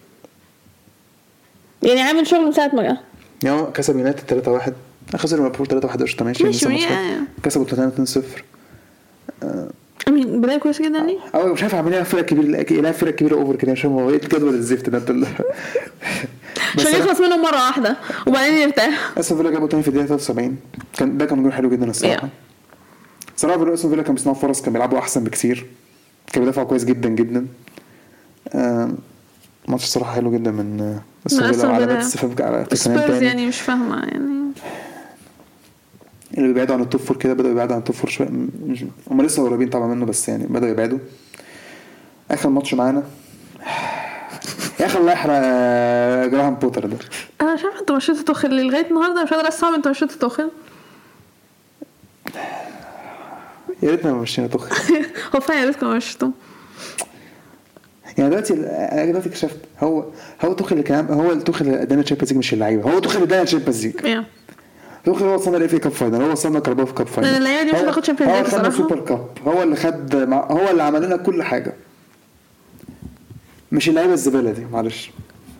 يعني عامل شغل من ساعه ما جه يعني كسب يونايتد ثلاثة واحد خسر ليفربول ثلاثة واحد قشطه ماشي كسبوا توتنهام اثنين صفر. امين بدايه كويسه جدا ليه او مش عارف اعملها فرق كبير لا فرق كبيره اوفر كده عشان هو ايه الجدول الزفت ده انت عشان يخلص منهم مره واحده وبعدين يرتاح. استون فيلا جابوا تاني في الدقيقه ثلاثة وسبعين كان ده كان جول حلو جدا الصراحه. صراحه استون فيلا كان بيصنعوا فرص كان بيلعبوا احسن بكثير كان بيدافعوا كويس جدا جدا. ماتش صراحه حلو جدا من استون فيلا وعلامات استفهام على توتنهام يعني مش فاهمه يعني اللي بيبعدوا عن التوب فور كده بدأوا يبعدوا عن التوب فور شويه هم لسه قريبين طبعا منه بس يعني بدأوا يبعدوا. اخر ماتش معانا يا اخي الله يحرق جراهام بوتر ده. انا مش عارفه انتوا مشيتوا توخل لغايه النهارده مش قادره استوعب انتوا مشيتوا توخل. يا ريتنا ما مشينا توخل هو فعلا يا ريتكم مشيتوا يعني دلوقتي انا دلوقتي اكتشفت هو هو توخل اللي كان هو التوخل اللي ادانا تشامبيونز ليج مش اللعيبه هو توخل اللي ادانا تشامبيونز ليج توخل هو وصلنا الاف اي كاب فاينل هو وصلنا كاراباو كاب فاينل اللعيبه دي مش هتاخد تشامبيونز ليج الصراحه هو سوبر كاب هو اللي خد هو اللي عمل لنا كل حاجه مش اللعيبه الزباله دي معلش.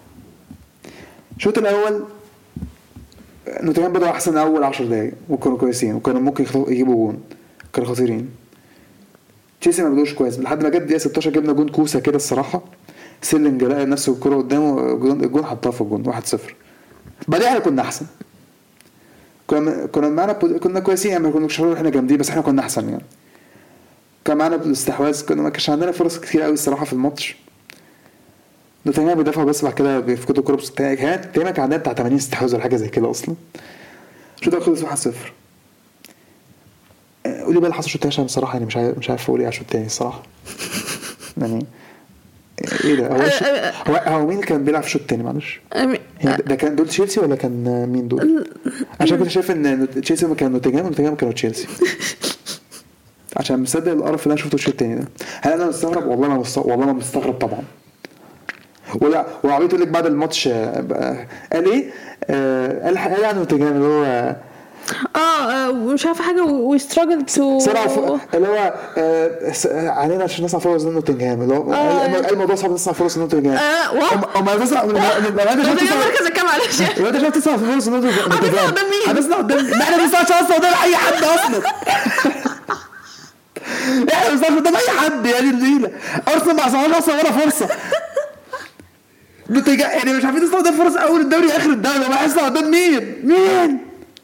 الشوط الاول نوتنهام بدأوا احسن اول عشر دقايق وكانوا كويسين وكانوا ممكن يجيبوا جون كانوا خطيرين. تشيلسي ما بدوش كويس لحد ما جت دقيقه ستاشر جبنا جون كوسه كده الصراحه سيلينج لقى نفسه الكره قدامه الجون حطها في الجون واحد صفر. بعدين احنا كنا احسن كنا كنا معانا كنا كويسين يعني كنا مش احنا جامدين بس احنا كنا احسن يعني كان معانا الاستحواذ كنا ما كانش عندنا فرص كتير قوي الصراحه في الماتش. نوتنهام بيدافعوا بس بعد كده بيفقدوا الكره بس كانت تقريبا كان عندنا بتاع ثمانين استحواذ ولا حاجه زي كده اصلا. الشوط الاول خلص واحد صفر. قولي بقى اللي حصل الشوط الثاني بصراحه يعني مش عارف مش عارف اقول ايه على الشوط الثاني الصراحه يعني ايه ده هو هو, هو مين كان بيلعب في الشوط الثاني معلش ده كان دول تشيلسي ولا كان مين دول عشان كنت شايف ان تشيلسي كان نوتنهام ونوتنهام كانوا تشيلسي عشان مصدق القرف اللي انا شفته الشوط الثاني ده. هل انا مستغرب والله انا مستغرب والله انا مستغرب طبعا ولا وعبيط يقول لك بعد الماتش قال ايه قال قال عنه نوتنهام اللي هو اه مش عارفه حاجه وي ستراجل تو صراحه اللي هو آه علينا عشان نسمع فرص نوتنجهام اللي هو اي موضوع صعب نسمع فرص نوتنجهام اه وما تسمع ما انت شفت مركز كام علشان انت شفت تسمع فرص نوتنجهام هنسمع قدام ما احنا بنسمعش اصلا قدام اي حد اصلا احنا بنسمع قدام اي حد يعني الليله ارسنال ما صارش اصلا ولا فرصه نتيجه يعني مش عارفين نسمع قدام فرص اول الدوري اخر الدوري ما حاسس قدام مين مين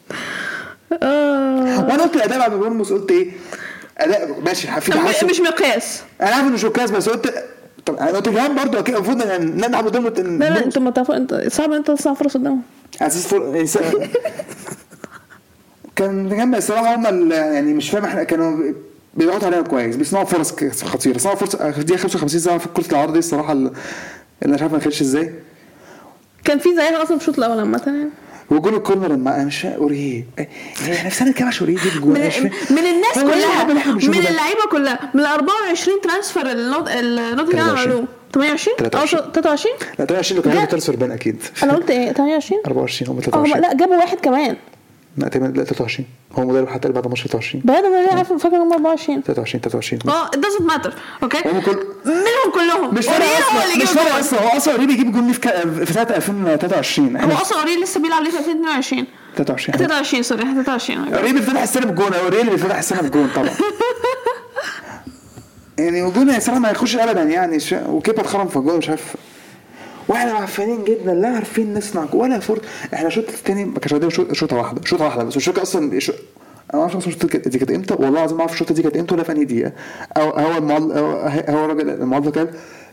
اه وانا قلت الاداء بعد بورنموث قلت ايه اداء ماشي في مش مقياس انا عارف انه مش مقياس بس قلت طب انا نوتنجهام برضه اكيد المفروض ان نلعب قدام لا لا انت ما تعرف انت صعب انت تصنع فرص قدامهم اساس فر... كان جنب الصراحه هم يعني مش فاهم احنا كانوا بيضغطوا علينا كويس بيصنعوا فرص خطيره صنعوا فرصه دي خمسة وخمسين سنه في كره العرض دي الصراحه اللي انا مش عارف ما كانش ازاي كان في زيها اصلا في الشوط الاول عامه يعني وجول الكورنر ما مش اوريه احنا في سنه كام عشان اوريه يجيب جول من, من الناس كلها من اللعيبه كلها من أربعة وعشرين ترانسفير النوتنجهام عملوه ثمانية وعشرين او ثلاثة وعشرين لا ثمانية وعشرين لو كان ترانسفير بان اكيد انا قلت ايه ثمانية وعشرين أربعة وعشرين هم ثلاثة وعشرين لا جابوا واحد كمان لا تمام لا ثلاثة وعشرين هو مدرب حتى بعد ماتش ثلاثة وعشرين بعد ما عارف فاكر هم أربعة وعشرين ثلاثة وعشرين ثلاثة وعشرين اه it doesn't matter اوكي هم كل منهم كلهم مش فارق اصلا مش فارق اصلا هو اصلا اوريدي بيجيب جول في سنه ألفين وثلاثة وعشرين هو اصلا اوريدي لسه بيلعب ليه في ألفين واثنين وعشرين ثلاثة وعشرين ثلاثة وعشرين سوري ثلاثة وعشرين اوريدي بيفتح السنه بجون اوريدي بيفتح السنه بجون طبعا يعني وجون صراحه ما يخش ابدا يعني وكيف اتخرم في الجون مش عارف واحنا معفنين جدا لا عارفين نصنع ولا فرصه احنا شوط الثاني ما كانش عندنا شوطه واحده شوطه واحده بس الشوطه اصلا انا ما اعرفش اصلا الشوطه دي كانت امتى والله العظيم ما اعرف الشوطه دي كانت امتى ولا في انهي دقيقه او هو المعلق هو الراجل المعلق قال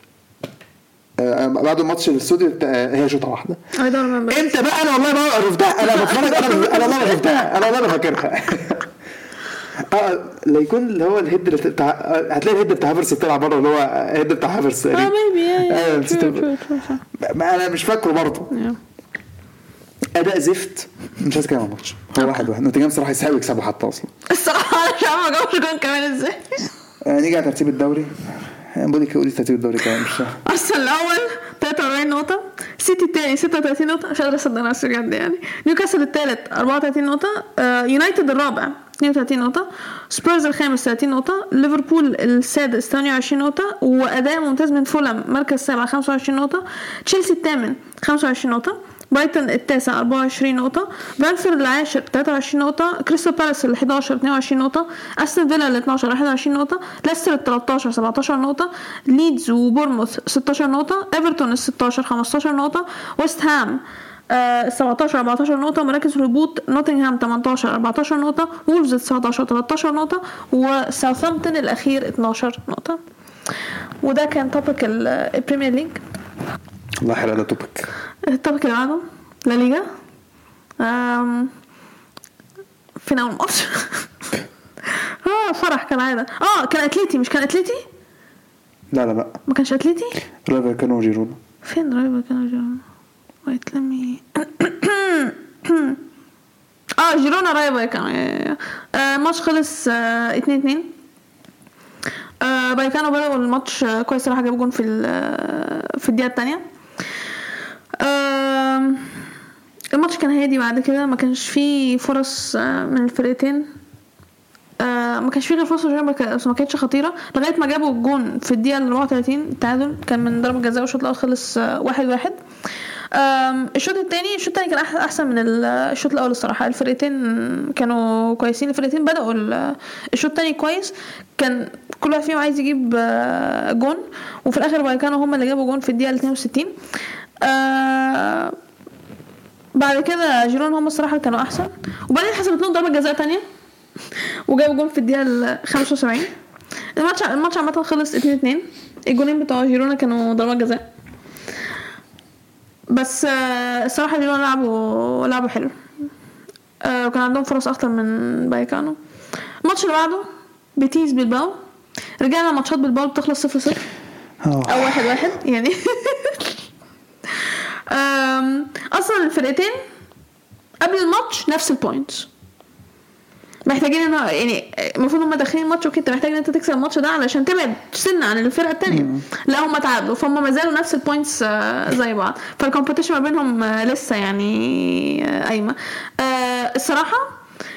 بعد الماتش الاستوديو هي شوطه واحده امتى بقى انا والله ما عرفتها انا بتفرج انا انا والله ما شفتها انا والله ما فاكرها اه لا يكون اللي هو الهيد بتاع هتلاقي الهيد بتاع هافرس بتاع بره اللي هو الهيد بتاع هافرس اه ميبي ما انا مش فاكره برضه اداء زفت مش عايز كلام الماتش هو واحد واحد نوتنجهام صراحه يساوي يكسبوا حتى اصلا الصراحه انا مش عارفه جابوا جون كمان ازاي نيجي على ترتيب الدوري بقول لك قولي ترتيب الدوري كمان مش ارسنال الاول ثلاثة وأربعين نقطه سيتي الثاني ستة وثلاثين نقطه مش قادره اصدق نفسي بجد يعني نيوكاسل الثالث أربعة وثلاثين نقطه يونايتد الرابع اثنين وثلاثين نقطه سبيرز الخامس ثلاثين نقطه ليفربول السادس ثمانية وعشرين نقطه واداء ممتاز من فولهام مركز سابع خمسة وعشرين نقطه تشيلسي الثامن خمسة وعشرين نقطه برايتون التاسع أربعة وعشرين نقطة برانفورد العاشر ثلاثة وعشرين نقطة كريستال بالاس ال حداشر اثنين وعشرين نقطة أستون فيلا ال اثناشر واحد وعشرين نقطة ليستر ال ثلاثة عشر سبعة عشر نقطة ليدز وبورموث ستة عشر نقطة ايفرتون ال ستة عشر خمسة عشر نقطة ويست هام آه سبعة عشر أربعة عشر نقطة مراكز الهبوط نوتنغهام ثمانية عشر أربعة عشر نقطة وولفز تسعة عشر ثلاثة عشر نقطة وساوثهامبتون الأخير اثني عشر نقطة وده كان توبك البريمير ليج الله حلو ده توبك التوبك اللي بعده لا ليغا امم فين اول ماتش اه فرح كالعاده اه كان اتليتي مش كان اتليتي لا لا لا ما كانش اتليتي رايفر كانوا جيرونا فين رايفر كانوا جيرونا ويت لمي اه جيرونا رايفر كان آه ماتش خلص آه اتنين اتنين آه باي كانوا بدأوا الماتش آه كويس صراحه جابوا جون في في الدقيقه الثانيه آه الماتش كان هادي بعد كده ما كانش فيه فرص من الفرقتين آه ما كانش فيه غير فرصه جامده بس ما كانتش خطيره لغايه ما جابوا الجون في الدقيقه أربعة وثلاثين التعادل كان من ضربه جزاء والشوط الاول خلص واحد واحد الشوط الثاني الشوط الثاني كان احسن من الشوط الاول الصراحه الفرقتين كانوا كويسين الفرقتين بداوا الشوط الثاني كويس كان كل واحد فيهم عايز يجيب جون وفي الاخر بقى كانوا هم اللي جابوا جون في الدقيقه اثنين وستين آه بعد كده جيرون هم الصراحه كانوا احسن وبعدين حسبت لهم ضربه جزاء ثانيه وجابوا جون في الدقيقه خمسة وسبعين الماتش الماتش عامه خلص اتنين اتنين الجونين بتوع جيرونا كانوا ضربات جزاء بس الصراحه جيرونا لعبوا لعبوا حلو وكان عندهم فرص اكتر من بايكانو الماتش اللي بعده بيتيز بالباو رجعنا ماتشات بالباو بتخلص صفر صفر او واحد واحد يعني اصلا الفرقتين قبل الماتش نفس البوينتس محتاجين انه يعني المفروض هم داخلين الماتش وكده محتاج ان انت تكسب الماتش ده علشان تبعد سنه عن الفرقه الثانيه لا هم تعادلوا فهم ما زالوا نفس البوينتس زي بعض فالكومبيتيشن ما بينهم لسه يعني قايمه الصراحه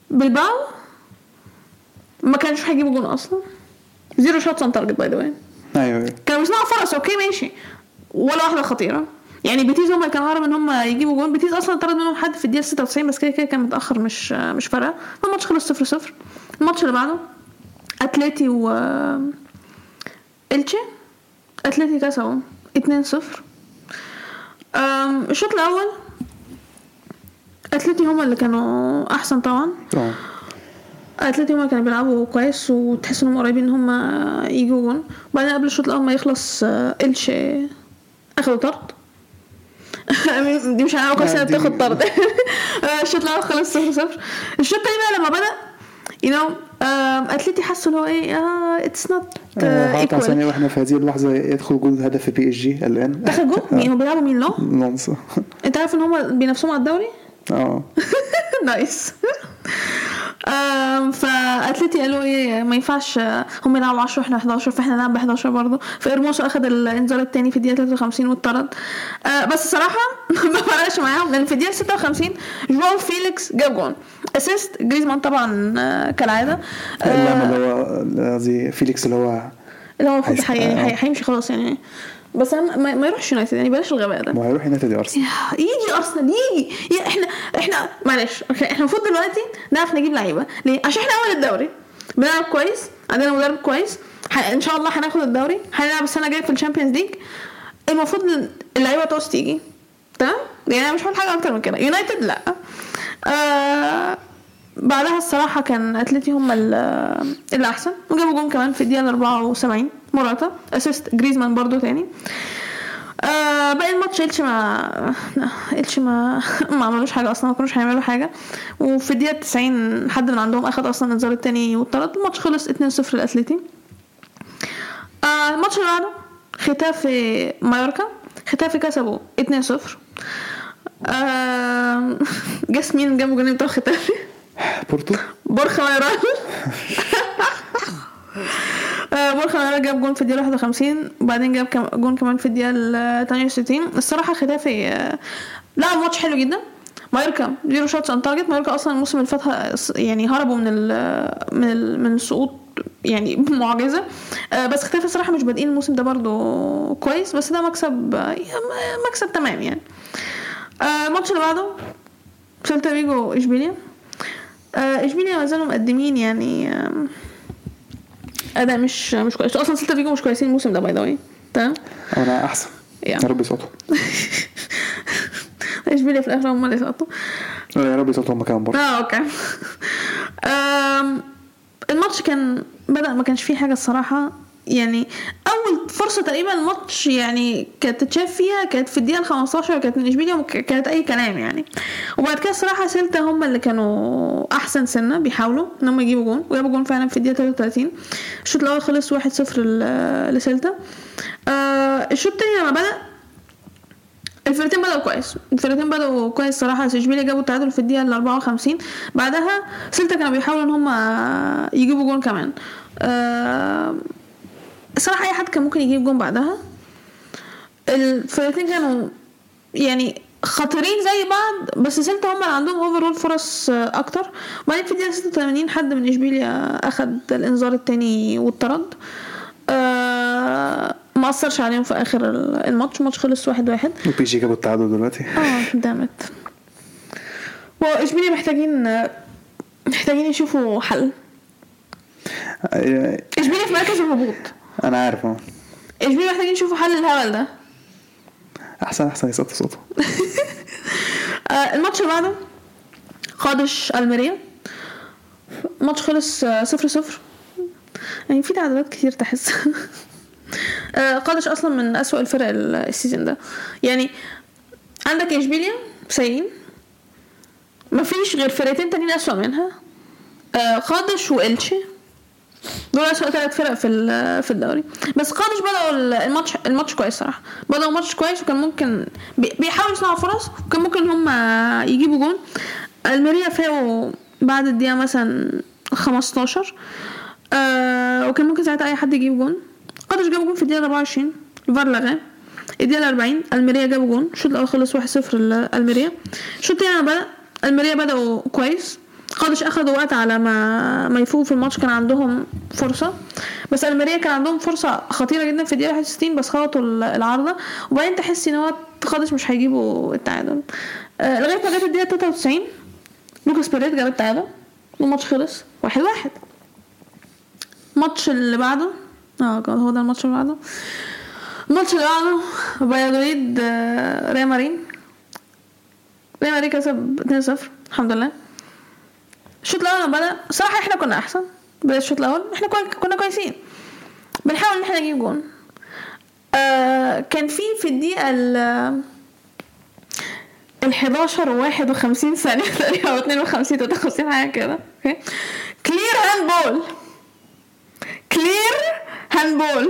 بالباو ما كانش هيجيبوا جون اصلا. زيرو شوتس اون تارجت باي ذا واي. ايوه كانوا بيصنعوا فرص اوكي ماشي ولا واحده خطيره. يعني بيتيز هم كانوا هرب ان هم يجيبوا جون. بيتيز اصلا طرد منهم حد في الدقيقه ستة وتسعين بس كده كده كان متاخر مش مش فارقه. الماتش خلص صفر صفر. الماتش اللي بعده اتلتي و التشي. اتلتي كسبوا اتنين صفر. الشوط الاول اتلتي هم اللي كانوا احسن طبعا. اه اتلتي هم كانوا بيلعبوا كويس وتحس انهم قريبين ان هم يجوا جون. وبعدين قبل الشوط الاول ما يخلص التشي اخذوا طرد. دي مش عارفه كويس انها بتاخد طرد. الشوط الاول خلص صفر صفر. الشوط الثاني بقى لما بدا you know اتلتي حسوا اللي هو ايه اه اتس نوت ايكوال. ثانيه واحنا في هذه اللحظه يدخل جول هدف في بي اس جي الان. دخل جول مين هم بيلعبوا مين لو نونس. انت عارف ان هم بينافسوا على الدوري. اه نايس. فاتلتي قالوا ايه ما ينفعش هم يلعبوا عشرة واحنا حداشر فاحنا نلعب ب حداشر برضه. فارموسو اخذ الانذار الثاني في الدقيقه ثلاثة وخمسين واتطرد. بس الصراحه ما فرقش معاهم لان في الدقيقه ستة وخمسين جواو فيليكس جاب جون اسيست. جريزمان طبعا كالعاده اللي هو قصدي فيليكس اللي هو اللي هو هيمشي خلاص يعني. بس ما, ما يروحش يونايتد يعني بلاش الغباء ده. ما يروح يونايتد يا ارسنال. يجي ارسنال يجي يا احنا احنا معلش احنا المفروض دلوقتي نعرف نجيب لعيبه ليه عشان احنا اول الدوري بنلعب كويس عندنا مدرب كويس ان شاء الله هناخد الدوري هنلعب السنه الجايه في الشامبيونز ليج. المفروض اللعيبه توست تيجي تمام يعني مش هقول حاجه اكتر من كده. يونايتد لا. آه بعدها الصراحه كان اتلتي هم اللي احسن وجابوا جون كمان في الدقيقه أربعة وسبعين مراتا اسيست جريزمان برضو تاني. آه باقي الماتش إلش ما إلش ما ما عملوش حاجه اصلا ما كانوش هيعملوا حاجه. وفي الدقيقه تسعين حد من عندهم اخذ اصلا الانذار الثاني والطرد. الماتش خلص اتنين صفر للاتلتي. آه الماتش اللي بعده ختافي مايوركا. ختافي كسبوا اتنين صفر. آه جس مين جابوا جولين بتوع ختافي؟ بورتو بورخا مايورال. بورخا مايورال جاب جون في الدقيقه واحد وخمسين وبعدين جاب جون كمان في الدقيقه ثمانية وستين. الصراحه ختافي لعب ماتش حلو جدا. مايوركا زيرو شوتس اون تارجت. مايوركا اصلا الموسم اللي فات يعني هربوا من ال من ال من السقوط يعني معجزه. بس ختافي الصراحه مش بادئين الموسم ده برضو كويس بس ده مكسب مكسب تمام يعني. الماتش اللي بعده سيلتا فيجو اشبيليا. اشبيليا ما زالوا مقدمين يعني اداء مش مش كويس اصلا. سيلتا فيجو مش كويسين الموسم ده باي ذا واي تمام. انا احسن يا رب يسقطوا. اشبيليا في الاخر هم اللي سقطوا. يا رب يسقطوا مكان برضه. اه اوكي. الماتش كان بدأ ما كانش فيه حاجه الصراحه يعني. اول فرصه تقريبا الماتش يعني كانت تتشاف فيها كانت في الدقيقه خمستاشر كانت من اشبيليا كانت اي كلام يعني. وبعد كده الصراحه سيلتا هم اللي كانوا احسن سنه بيحاولوا ان هم يجيبوا جون وجابوا جون فعلا في الدقيقه ثلاثة وثلاثين. الشوط الاول خلص واحد صفر لسيلتا. آه الشوط الثاني لما بدا الفرقتين بدأوا كويس. الفرقتين بدأوا كويس صراحه. اشبيليا جابوا التعادل في الدقيقه أربعة وخمسين. بعدها سيلتا كانوا بيحاولوا ان هم يجيبوا جون كمان. آه صراحه اي حد كان ممكن يجيب جون بعدها. الفرقتين كانوا يعني خطرين زي بعض بس سيلتا هم اللي عندهم اوفرول فرص اكتر. وبعدين في الدقيقه ستة وثمانين حد من اشبيليا اخذ الانذار الثاني والطرد. آه ما اثرش عليهم في اخر الماتش. الماتش خلص واحد واحد. وبي جي جابوا التعادل دلوقتي. اه دامت. واشبيليا محتاجين محتاجين يشوفوا حل. اشبيليا في مركز الهبوط انا عارف اه. اشبيليا محتاجين يشوفوا حل الهبل ده. احسن احسن يسقط صوته. الماتش اللي بعده قادش الميريا. ماتش خلص صفر صفر يعني في تعادلات كتير تحس. قادش اصلا من اسوأ الفرق السيزون ده يعني. عندك اشبيليا سيئين ما فيش غير فرقتين تانيين اسوأ منها قادش والتشي. دول اسوأ ثلاث فرق في في الدوري. بس قادش بدأوا الماتش الماتش كويس صراحه. بدأوا الماتش كويس وكان ممكن بيحاولوا يصنعوا فرص وكان ممكن هم يجيبوا جون. الميريا فاقوا بعد الدقيقه مثلا خمستاشر. آه وكان ممكن ساعتها اي حد يجيب جون. قادش جابوا جون في الدقيقه أربعة وعشرين الفار لغاه. الدقيقه أربعين الميريا جابوا جون. الشوط الاول خلص واحد صفر للميريا. الشوط الثاني بدا الميريا بدأوا كويس. قادش اخدوا وقت على ما ما يفوقوا في الماتش. كان عندهم فرصه، بس الماريا كان عندهم فرصه خطيره جدا في الدقيقه واحد وستين بس خبطوا العارضه، وبعدين تحسي ان هو قادش مش هيجيبوا التعادل آه لغايه ما جت الدقيقه تلاتة وتسعين لوكاس بيريت جاب التعادل والماتش خلص واحد واحد. الماتش اللي بعده اه هو ده الماتش اللي بعده الماتش اللي بعده فالادوليد آه ريال مدريد. ريال مدريد كسب اتنين صفر الحمد لله. الشوط الاول بدا صراحه احنا كنا احسن. بدا الشوط الاول احنا كنا كويسين بنحاول ان احنا نجيب جون. آه كان في في الدقيقه ال الحداشر وواحد وخمسين ثانيه تقريبا او اتنين وخمسين تلاتة وخمسين حاجه كده كلير هاندبول كلير هاندبول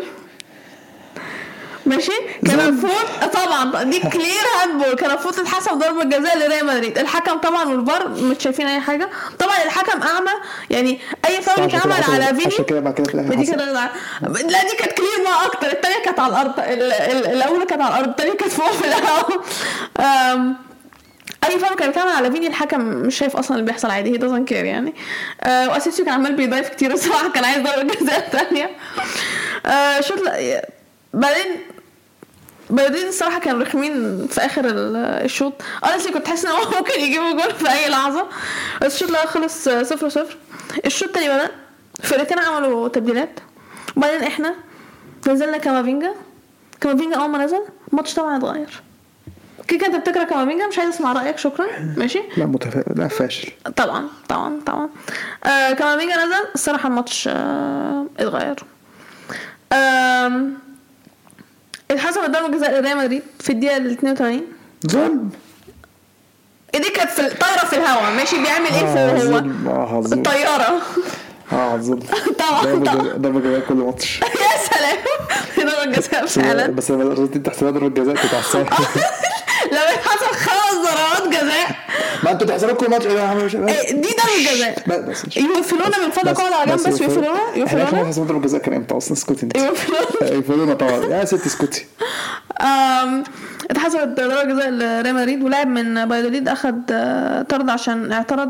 ماشي. كان المفروض طبعا دي كلير هاندبول كان المفروض تتحسب ضربه جزاء لريال مدريد. الحكم طبعا والفار مش شايفين اي حاجه طبعا. الحكم اعمى يعني اي فاول اتعمل على فيني كده بعد كده في الاخر دي كده لا دي كانت كلير ما اكتر. الثانيه كانت على الارض الاولى كانت على الارض الثانيه كانت فوق في الهواء. اي فاول كان بيتعمل على فيني الحكم مش شايف اصلا اللي بيحصل عادي. هي doesn't care يعني. آه واسيسيو كان عمال بيضايف كتير الصراحه كان عايز ضربه جزاء الثانيه. آه شوف بعدين بعدين الصراحه كانوا رخمين في اخر الشوط. انا كنت تحس ان هو ممكن يجيبوا جول في اي لحظه. بس الشوط الاول خلص صفر صفر. الشوط الثاني بدا فرقتين عملوا تبديلات وبعدين احنا نزلنا كامافينجا. كامافينجا اول ما نزل الماتش طبعا اتغير. كيف كنت بتكره كامافينجا؟ مش عايز اسمع رايك شكرا. ماشي لا متفق لا فاشل طبعا طبعا طبعا. آه كامافينجا نزل الصراحه الماتش آه اتغير. آه اتحسب ضربه جزاء لريال مدريد في الدقيقه اتنين وتمانين. ظلم. دي كانت في طايره في الهواء ماشي. بيعمل ايه في هو الطياره اه ظلم طبعا ضربه جزاء كل ماتش. يا سلام ضربه جزاء فعلا. بس لما قلت تحسبها ضربه جزاء تتعصب لما حصل خمس ضربات جزاء ما انتوا تحسبوا كل ماتش ايه دي ضربه جزاء. يوفلونا من فضلك اقعد على جنب بس يوفلونا يوفلونا احنا حسبنا ضربه جزاء كان امتى اصلا؟ اسكتي انت. يوفلونا طبعا يا ست اسكتي. امم اتحسبت ضربه جزاء لريال مدريد ولاعب من فالادوليد اخد طرد عشان اعترض.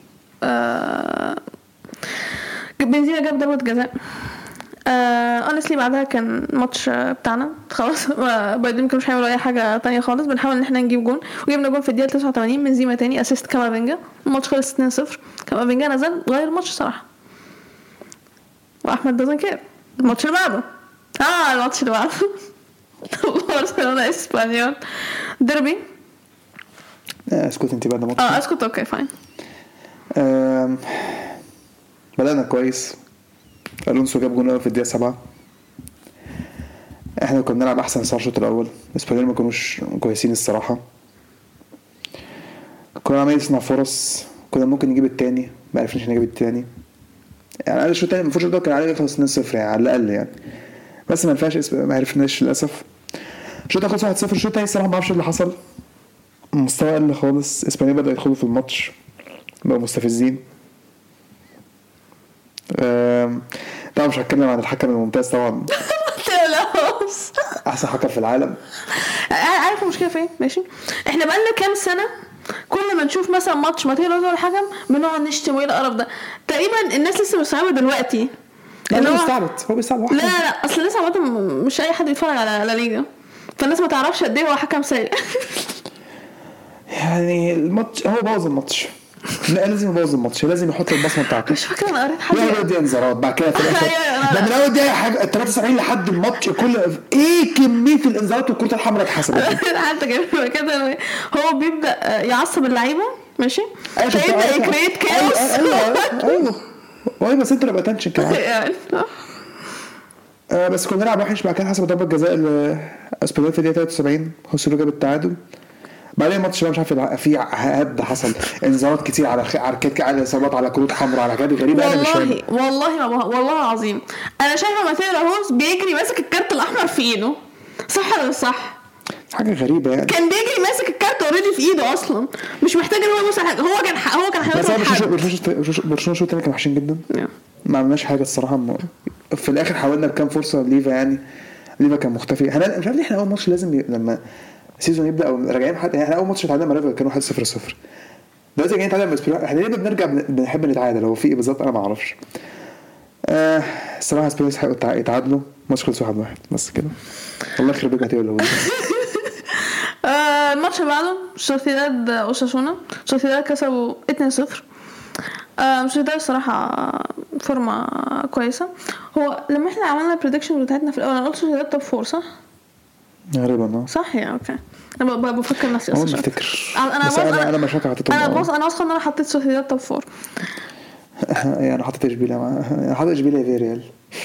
بنزيما جاب ضربه جزاء. آه honestly بعدها كان ماتش بتاعنا خلاص. بعدين مش هنعمل اي حاجه تانية خالص. بنحاول ان احنا نجيب جون وجبنا جون في الدقيقه تسعة وتمانين من زيما تاني اسيست كامافينجا. الماتش خلص اتنين صفر. كامافينجا نزل غير الماتش صراحه. واحمد دازن كير. الماتش اللي بعده اه الماتش اللي بعده برشلونه اسبانيول ديربي. اسكت انت بعد الماتش. اه اسكت اوكي فاين. بدأنا كويس. الونسو جاب جون في الدقيقه سبعة. احنا كنا بنلعب احسن صار الشوط الاول. اسبانيول ما كانوش كويسين الصراحه. كنا عمالين نصنع فرص. كنا ممكن نجيب الثاني ما عرفناش نجيب الثاني. يعني على الشوط الثاني المفروض ده كان عليه يخلص اتنين صفر يعني على الاقل يعني. بس ما ينفعش ما عرفناش للاسف. الشوط خلص واحد صفر. الشوط الثاني الصراحه ما اعرفش اللي حصل. مستوى قل خالص. اسبانيول بدأوا يدخلوا في الماتش بقوا مستفزين. طبعا مش هتكلم عن الحكم الممتاز طبعا. احسن حكم في العالم. عارف المشكله فين؟ ماشي احنا بقالنا كام سنه كل ما نشوف مثلا ماتش ماتيرو ولا الحكم بنقعد نشتم وايه القرف ده. تقريبا الناس لسه مستوعبه دلوقتي يعني هو بيستعبط هو بيستعبط. لا لا اصل الناس عامه مش اي حد يتفرج على لا ليجا فالناس ما تعرفش قد ايه هو حكم سيء. يعني الماتش هو بوظ الماتش. لا لازم يبوظ الماتش. لازم يحط البصمه بتاعته. مش فاكره انا قريت حاجه يا دي انذارات بعد كده في الاخر ده من اول دقيقه حاجه تلاتة وسبعين لحد الماتش كل ايه كميه الانذارات والكرات الحمراء اتحسبت. حتى كده هو بيبدا يعصب اللعيبه ماشي فيبدا يكريت كاوس. ايوه ايوه بس انت لو اتنشن كده بس كنا نلعب وحش. بعد كده حسب ضربه جزاء اسبانيول في الدقيقه تلاتة وسبعين. خوسيلو جاب التعادل. بعدين الماتش مش عارف في هبد حصل انذارات كتير على حركات على اصابات على كروت حمراء على حاجات غريبه. انا مش فاهم والله ما والله العظيم انا شايفه ماتيو لاهوس بيجري ماسك الكارت الاحمر في ايده صح ولا صح؟ حاجه غريبه يعني. كان بيجري ماسك الكارت اوريدي في ايده اصلا مش محتاج ان هو يمسك حاجه. هو كان هو كان هيوصل برشلونه شوط تاني كان وحشين جدا. ما عملناش حاجه الصراحه. في الاخر حاولنا بكام فرصه ليفا يعني ليفا كان مختفي. احنا مش عارف احنا اول ماتش لازم لما السيزون يبدا او راجعين حتى يعني اول ماتش اتعادلنا مع كان واحد صفر صفر. دلوقتي جايين نتعادل بس احنا ليه بنرجع بنحب نتعادل؟ هو في ايه بالظبط؟ انا ما اعرفش. آه الصراحه سبيرز حقوا يتعادلوا، ماتش خلص واحد واحد بس كده. الله يخرب بيك هتقول له. آه الماتش اللي بعده سوسيداد اوساسونا. سوسيداد كسبوا اتنين صفر. آه سوسيداد الصراحه فورمه كويسه. هو لما احنا عملنا البريدكشن بتاعتنا في الاول انا قلت سوسيداد توب فور صح؟ غالبا صح يا اوكي. انا بفكر نفسي اصلا انا بفتكر انا بس انا انا مش حاططهم. انا بص انا واثقه ان انا حطيت سوسيداد توب فور. يعني حطيت اشبيليه مع حطيت اشبيليه فيريال.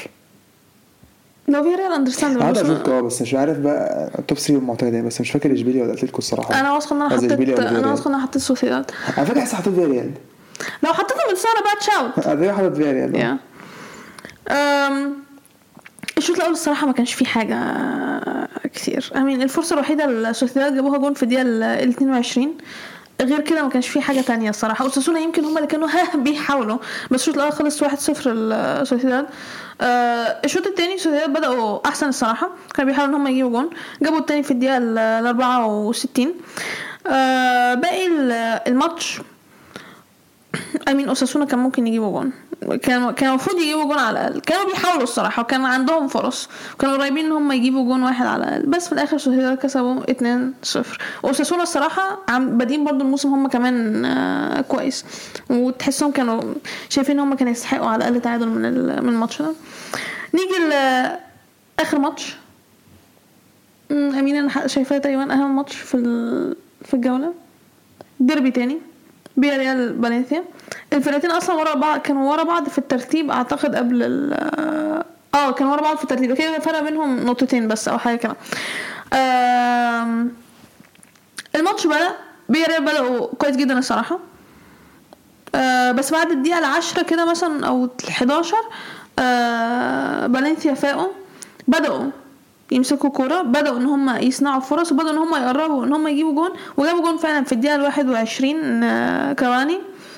لو فيريال اندرستاند هذا اتلتيكو بس مش عارف بقى توب ثلاثة معتمدين بس مش فاكر اشبيليه ولا اتلتيكو الصراحه. انا واثقه ان انا حطيت انا واثقه ان انا حطيت سوسيداد. على فكره حسيت حطيت فيريال. لو حطيتهم من سنه بعد شاوت انا حطيت فيريال. يا امم الشوط الاول الصراحه ما كانش فيه حاجه كتير. امين الفرصه الوحيده اللي سوسيداد جابوها جون في الدقيقه ال اثنين وعشرين. غير كده ما كانش فيه حاجه تانية الصراحه. اوساسونا يمكن هم اللي كانوا ها بيحاولوا بس الشوط الاول خلص واحد صفر لسوسيداد. آه الشوط الثاني سوسيداد بداوا احسن الصراحه. كانوا بيحاولوا ان هم يجيبوا جون. جابوا الثاني في الدقيقه ال أربعة وستين. آه باقي الماتش امين اوساسونا كان ممكن يجيبوا جون. كانوا كانوا المفروض يجيبوا جون على الاقل. كانوا بيحاولوا الصراحه وكان عندهم فرص. كانوا قريبين ان هم يجيبوا جون واحد على الاقل بس في الاخر سوسيداد كسبوا اتنين صفر. اوساسونا الصراحه عم بادين برضو الموسم هم كمان آه كويس وتحسهم كانوا شايفين ان هم كانوا يستحقوا على الاقل تعادل من من الماتش ده. نيجي لاخر ماتش. امين انا شايفاه تقريبا اهم ماتش في في الجوله. ديربي تاني فياريال فالنسيا. الفرقتين اصلا ورا بعض كانوا ورا بعض في الترتيب اعتقد قبل ال اه كانوا ورا بعض في الترتيب كده فرق بينهم نقطتين بس او حاجه كده. الماتش بدا فياريال بدأوا كويس جدا الصراحه. آه بس بعد الدقيقه العاشرة كده مثلا او الحداشر آه فالنسيا فاقوا بدأوا يمسكوا كرة. بدأوا ان هم يصنعوا فرص وبدأوا ان هم يقربوا ان هم يجيبوا جون وجابوا جون فعلا في الدقيقة الواحد وعشرين آه كواني.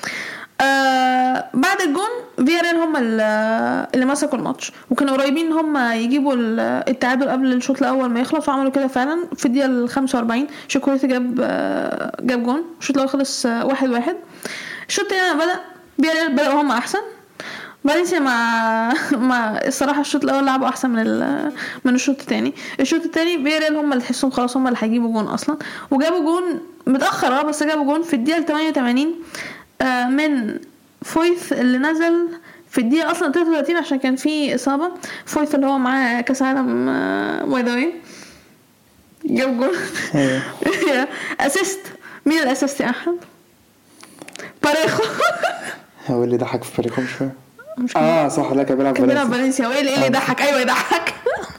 آه بعد الجون فياريال هم اللي مسكوا الماتش وكانوا قريبين ان هم يجيبوا التعادل قبل الشوط الاول ما يخلص وعملوا كده فعلا في الدقيقة الخامسة وأربعين. شكويتي جاب آه جاب جون. الشوط الاول خلص آه واحد واحد. الشوط الثاني بدأ فياريال بدأوا هم احسن. فالنسيا مع مع الصراحه الشوط الاول لعبوا احسن من من الشوط الثاني. الشوط الثاني فياريال هم اللي تحسهم خلاص هم اللي هيجيبوا جون اصلا وجابوا جون متاخر اه بس جابوا جون في الدقيقه ثمانية وثمانين آه من فويث اللي نزل في الدقيقه اصلا ثلاثة وثلاثين عشان كان في اصابه. فويث اللي هو معاه كاس عالم وايدوي جاب جون. اسيست. مين الاسيست يا احمد؟ باريخو. هو اللي ضحك في باريخو مش فاهم. اه صح لا كان بيلعب فالنسيا. وايه اللي يضحك؟ ايوه يضحك.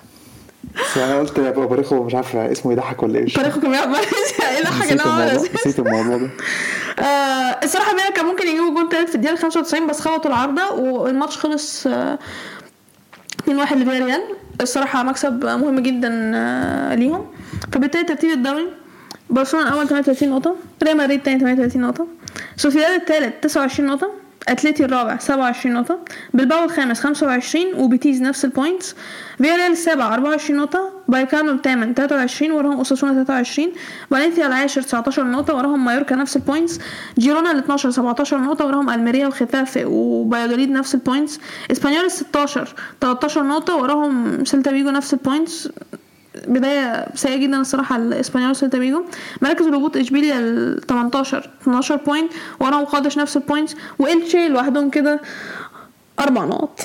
انا قلت يا باريخو مش عارف اسمه يضحك ولا ايش. باريخو كان بيلعب فالنسيا. ايه يضحك انا نسيت الموضوع ده. آه الصراحه بقى كان ممكن يجيبوا جول ثالث في الدقيقه خمسة وتسعين بس خبطوا العارضه والماتش خلص آه اتنين واحد لفياريال. الصراحه مكسب مهم جدا آه ليهم. فبالتالي ترتيب الدوري برشلونه الاول ثمانية وثلاثين نقطه. ريال مدريد الثاني ثمانية وثلاثين نقطه. سوسيداد الثالث تسعة وعشرين نقطه. اتلتي الرابع سبعة وعشرين نقطه. بلباو الخامس خمسة وعشرين وبيتيز نفس البوينتس. فياريال السابع أربعة وعشرين نقطه. بايكانو الثامن ثلاثة وعشرين وراهم اوساسونا ثلاثة وعشرين. فالنسيا العاشر تسعة عشر نقطه وراهم مايوركا نفس البوينتس. جيرونا الاثناشر سبعة عشر نقطه وراهم الميريا وختافي وبايادوليد نفس البوينتس. اسبانيول الستاشر ثلاثة عشر نقطه وراهم سيلتا فيجو نفس البوينتس. بدايه سيئه جدا الصراحه الاسبانيول سيلتا فيجو. مركز الهبوط اشبيليا ال تمنتاشر اتناشر بوينت وراهم قادش نفس البوينتس والتشي لوحدهم كده اربع نقط.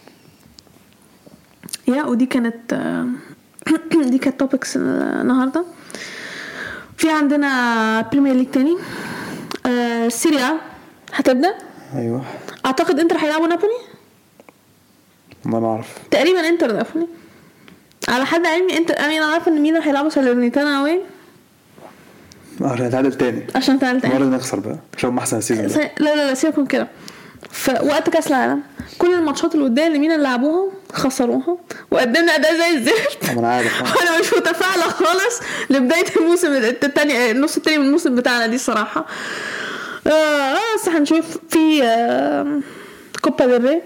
يا ودي كانت دي كانت توبكس النهارده. في عندنا بريمير ليج تاني. آه سيريا هتبدا. ايوه اعتقد انتر هيلعبوا نابولي. ما نعرف تقريبا انتر نابولي على حد علمي. انت امين عارف ان مين هيلعبوا سالرنيتانا وين؟ اه هنتعادل تاني عشان تعادل تاني مره نخسر بقى عشان احسن السيزون س... لا لا لا سيبكم كده. فوقت كاس العالم كل الماتشات اللي قدام اللي مين اللي لعبوها خسروها وقدمنا اداء زي الزفت. انا عارف انا مش متفائله خالص لبدايه الموسم الثاني النص الثاني من الموسم بتاعنا دي الصراحه. اه بس هنشوف في آه... كوبا ديل ري.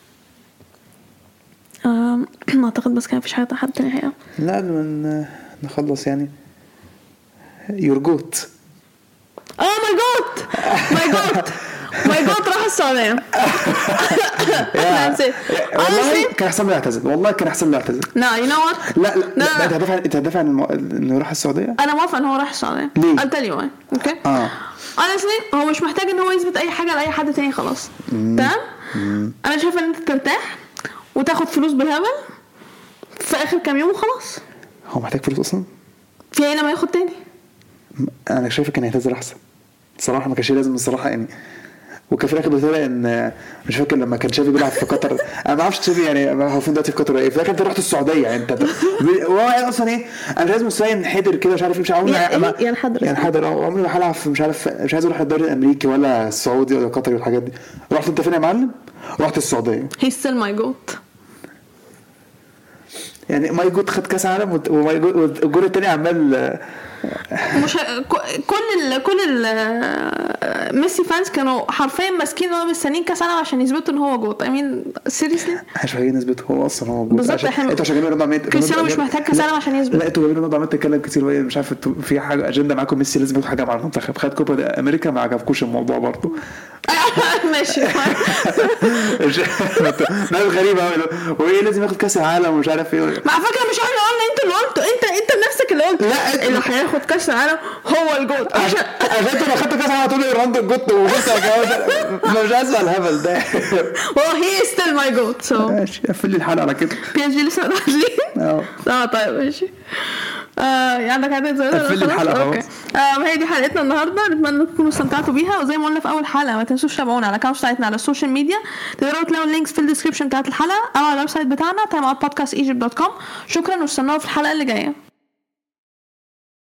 آه... اعتقد بس كان مفيش حاجه حد تاني حقيقه. لا من نخلص يعني يورجوت. اه ماي جوت ماي جوت ماي جوت راح السعوديه. والله كان احسن له يعتزل والله كان احسن له يعتزل لا يو نو وات لا لا انت هتدافع انت هتدافع انه يروح السعوديه. انا موافقه ان هو راح السعوديه. قلت لي وين اوكي اه honestly هو مش محتاج ان هو يثبت اي حاجه لاي حد تاني خلاص تمام. انا شايفه ان انت ترتاح وتاخد فلوس بالهبل في اخر كام يوم وخلاص. هو محتاج فلوس اصلا في ايه لما ياخد تاني؟ انا شايفه كان يعتذر احسن صراحه. ما كانش لازم الصراحه يعني. وكان في الاخر بتقول ان مش فاكر لما كان شافي بيلعب في قطر انا ما اعرفش شافي يعني هو فين دلوقتي في قطر ايه. في الاخر انت رحت السعوديه يعني انت هو اصلا ايه. انا لازم اساين حيدر كده مش عارف ايه مش عارف يعني حضر يعني حضر عمري ما هلعب مش عارف مش عايز اروح الدوري الامريكي ولا السعودي ولا قطر والحاجات دي. رحت انت فين يا معلم؟ رحت السعوديه. هي ستيل ماي جوت يعني ماي جوت خد كاس عالم وماي جوت والجول الثاني عمال مش كل ال كل ال ميسي فانز كانوا حرفيا ماسكين انهم مستنيين كاس عالم عشان يثبتوا ان هو جوت. I mean seriously مش محتاجين نثبت هو اصلا هو جوت. بالظبط. انتوا عشان جايبين رونالدو كريستيانو مش محتاج كاس عالم عشان يثبت. لا انتوا جايبين رونالدو عمال تتكلم كتير وهي مش عارف في حاجه اجنده معاكم. ميسي لازم ياخد حاجه مع المنتخب. خد كوبا امريكا ما عجبكوش الموضوع برضه ماشي ناس غريبه وايه لازم ياخد كاس العالم ومش عارف ايه. مع فكره مش احنا قلنا انت اللي قلته انت انت بنفسك اللي قلت لا اللي هياخد كاس العالم هو الجوت عشان عشان انت لو خدت كاس العالم تقول لي رونالدو الجوت وجوت يا جماعه مش اسمع الهبل ده. well he is still my goat so ماشي قفل لي الحلقه على كده. بي اس جي لسه داخلين اه اه طيب ماشي. آه عندك حاجه تزودها؟ قفل لي الحلقه اوكي. اه ما هي دي حلقتنا النهارده. نتمنى تكونوا استمتعتوا بيها وزي ما قلنا في اول حلقه ما تنسوش تتابعونا على الاكونت بتاعتنا على السوشيال ميديا. تقدروا تلاقوا اللينكس في الديسكربشن بتاعت الحلقه او على الويب سايت بتاعنا تايم اوت بودكاست ايجيبت دوت كوم. شكرا واستنونا في الحلقه اللي جايه.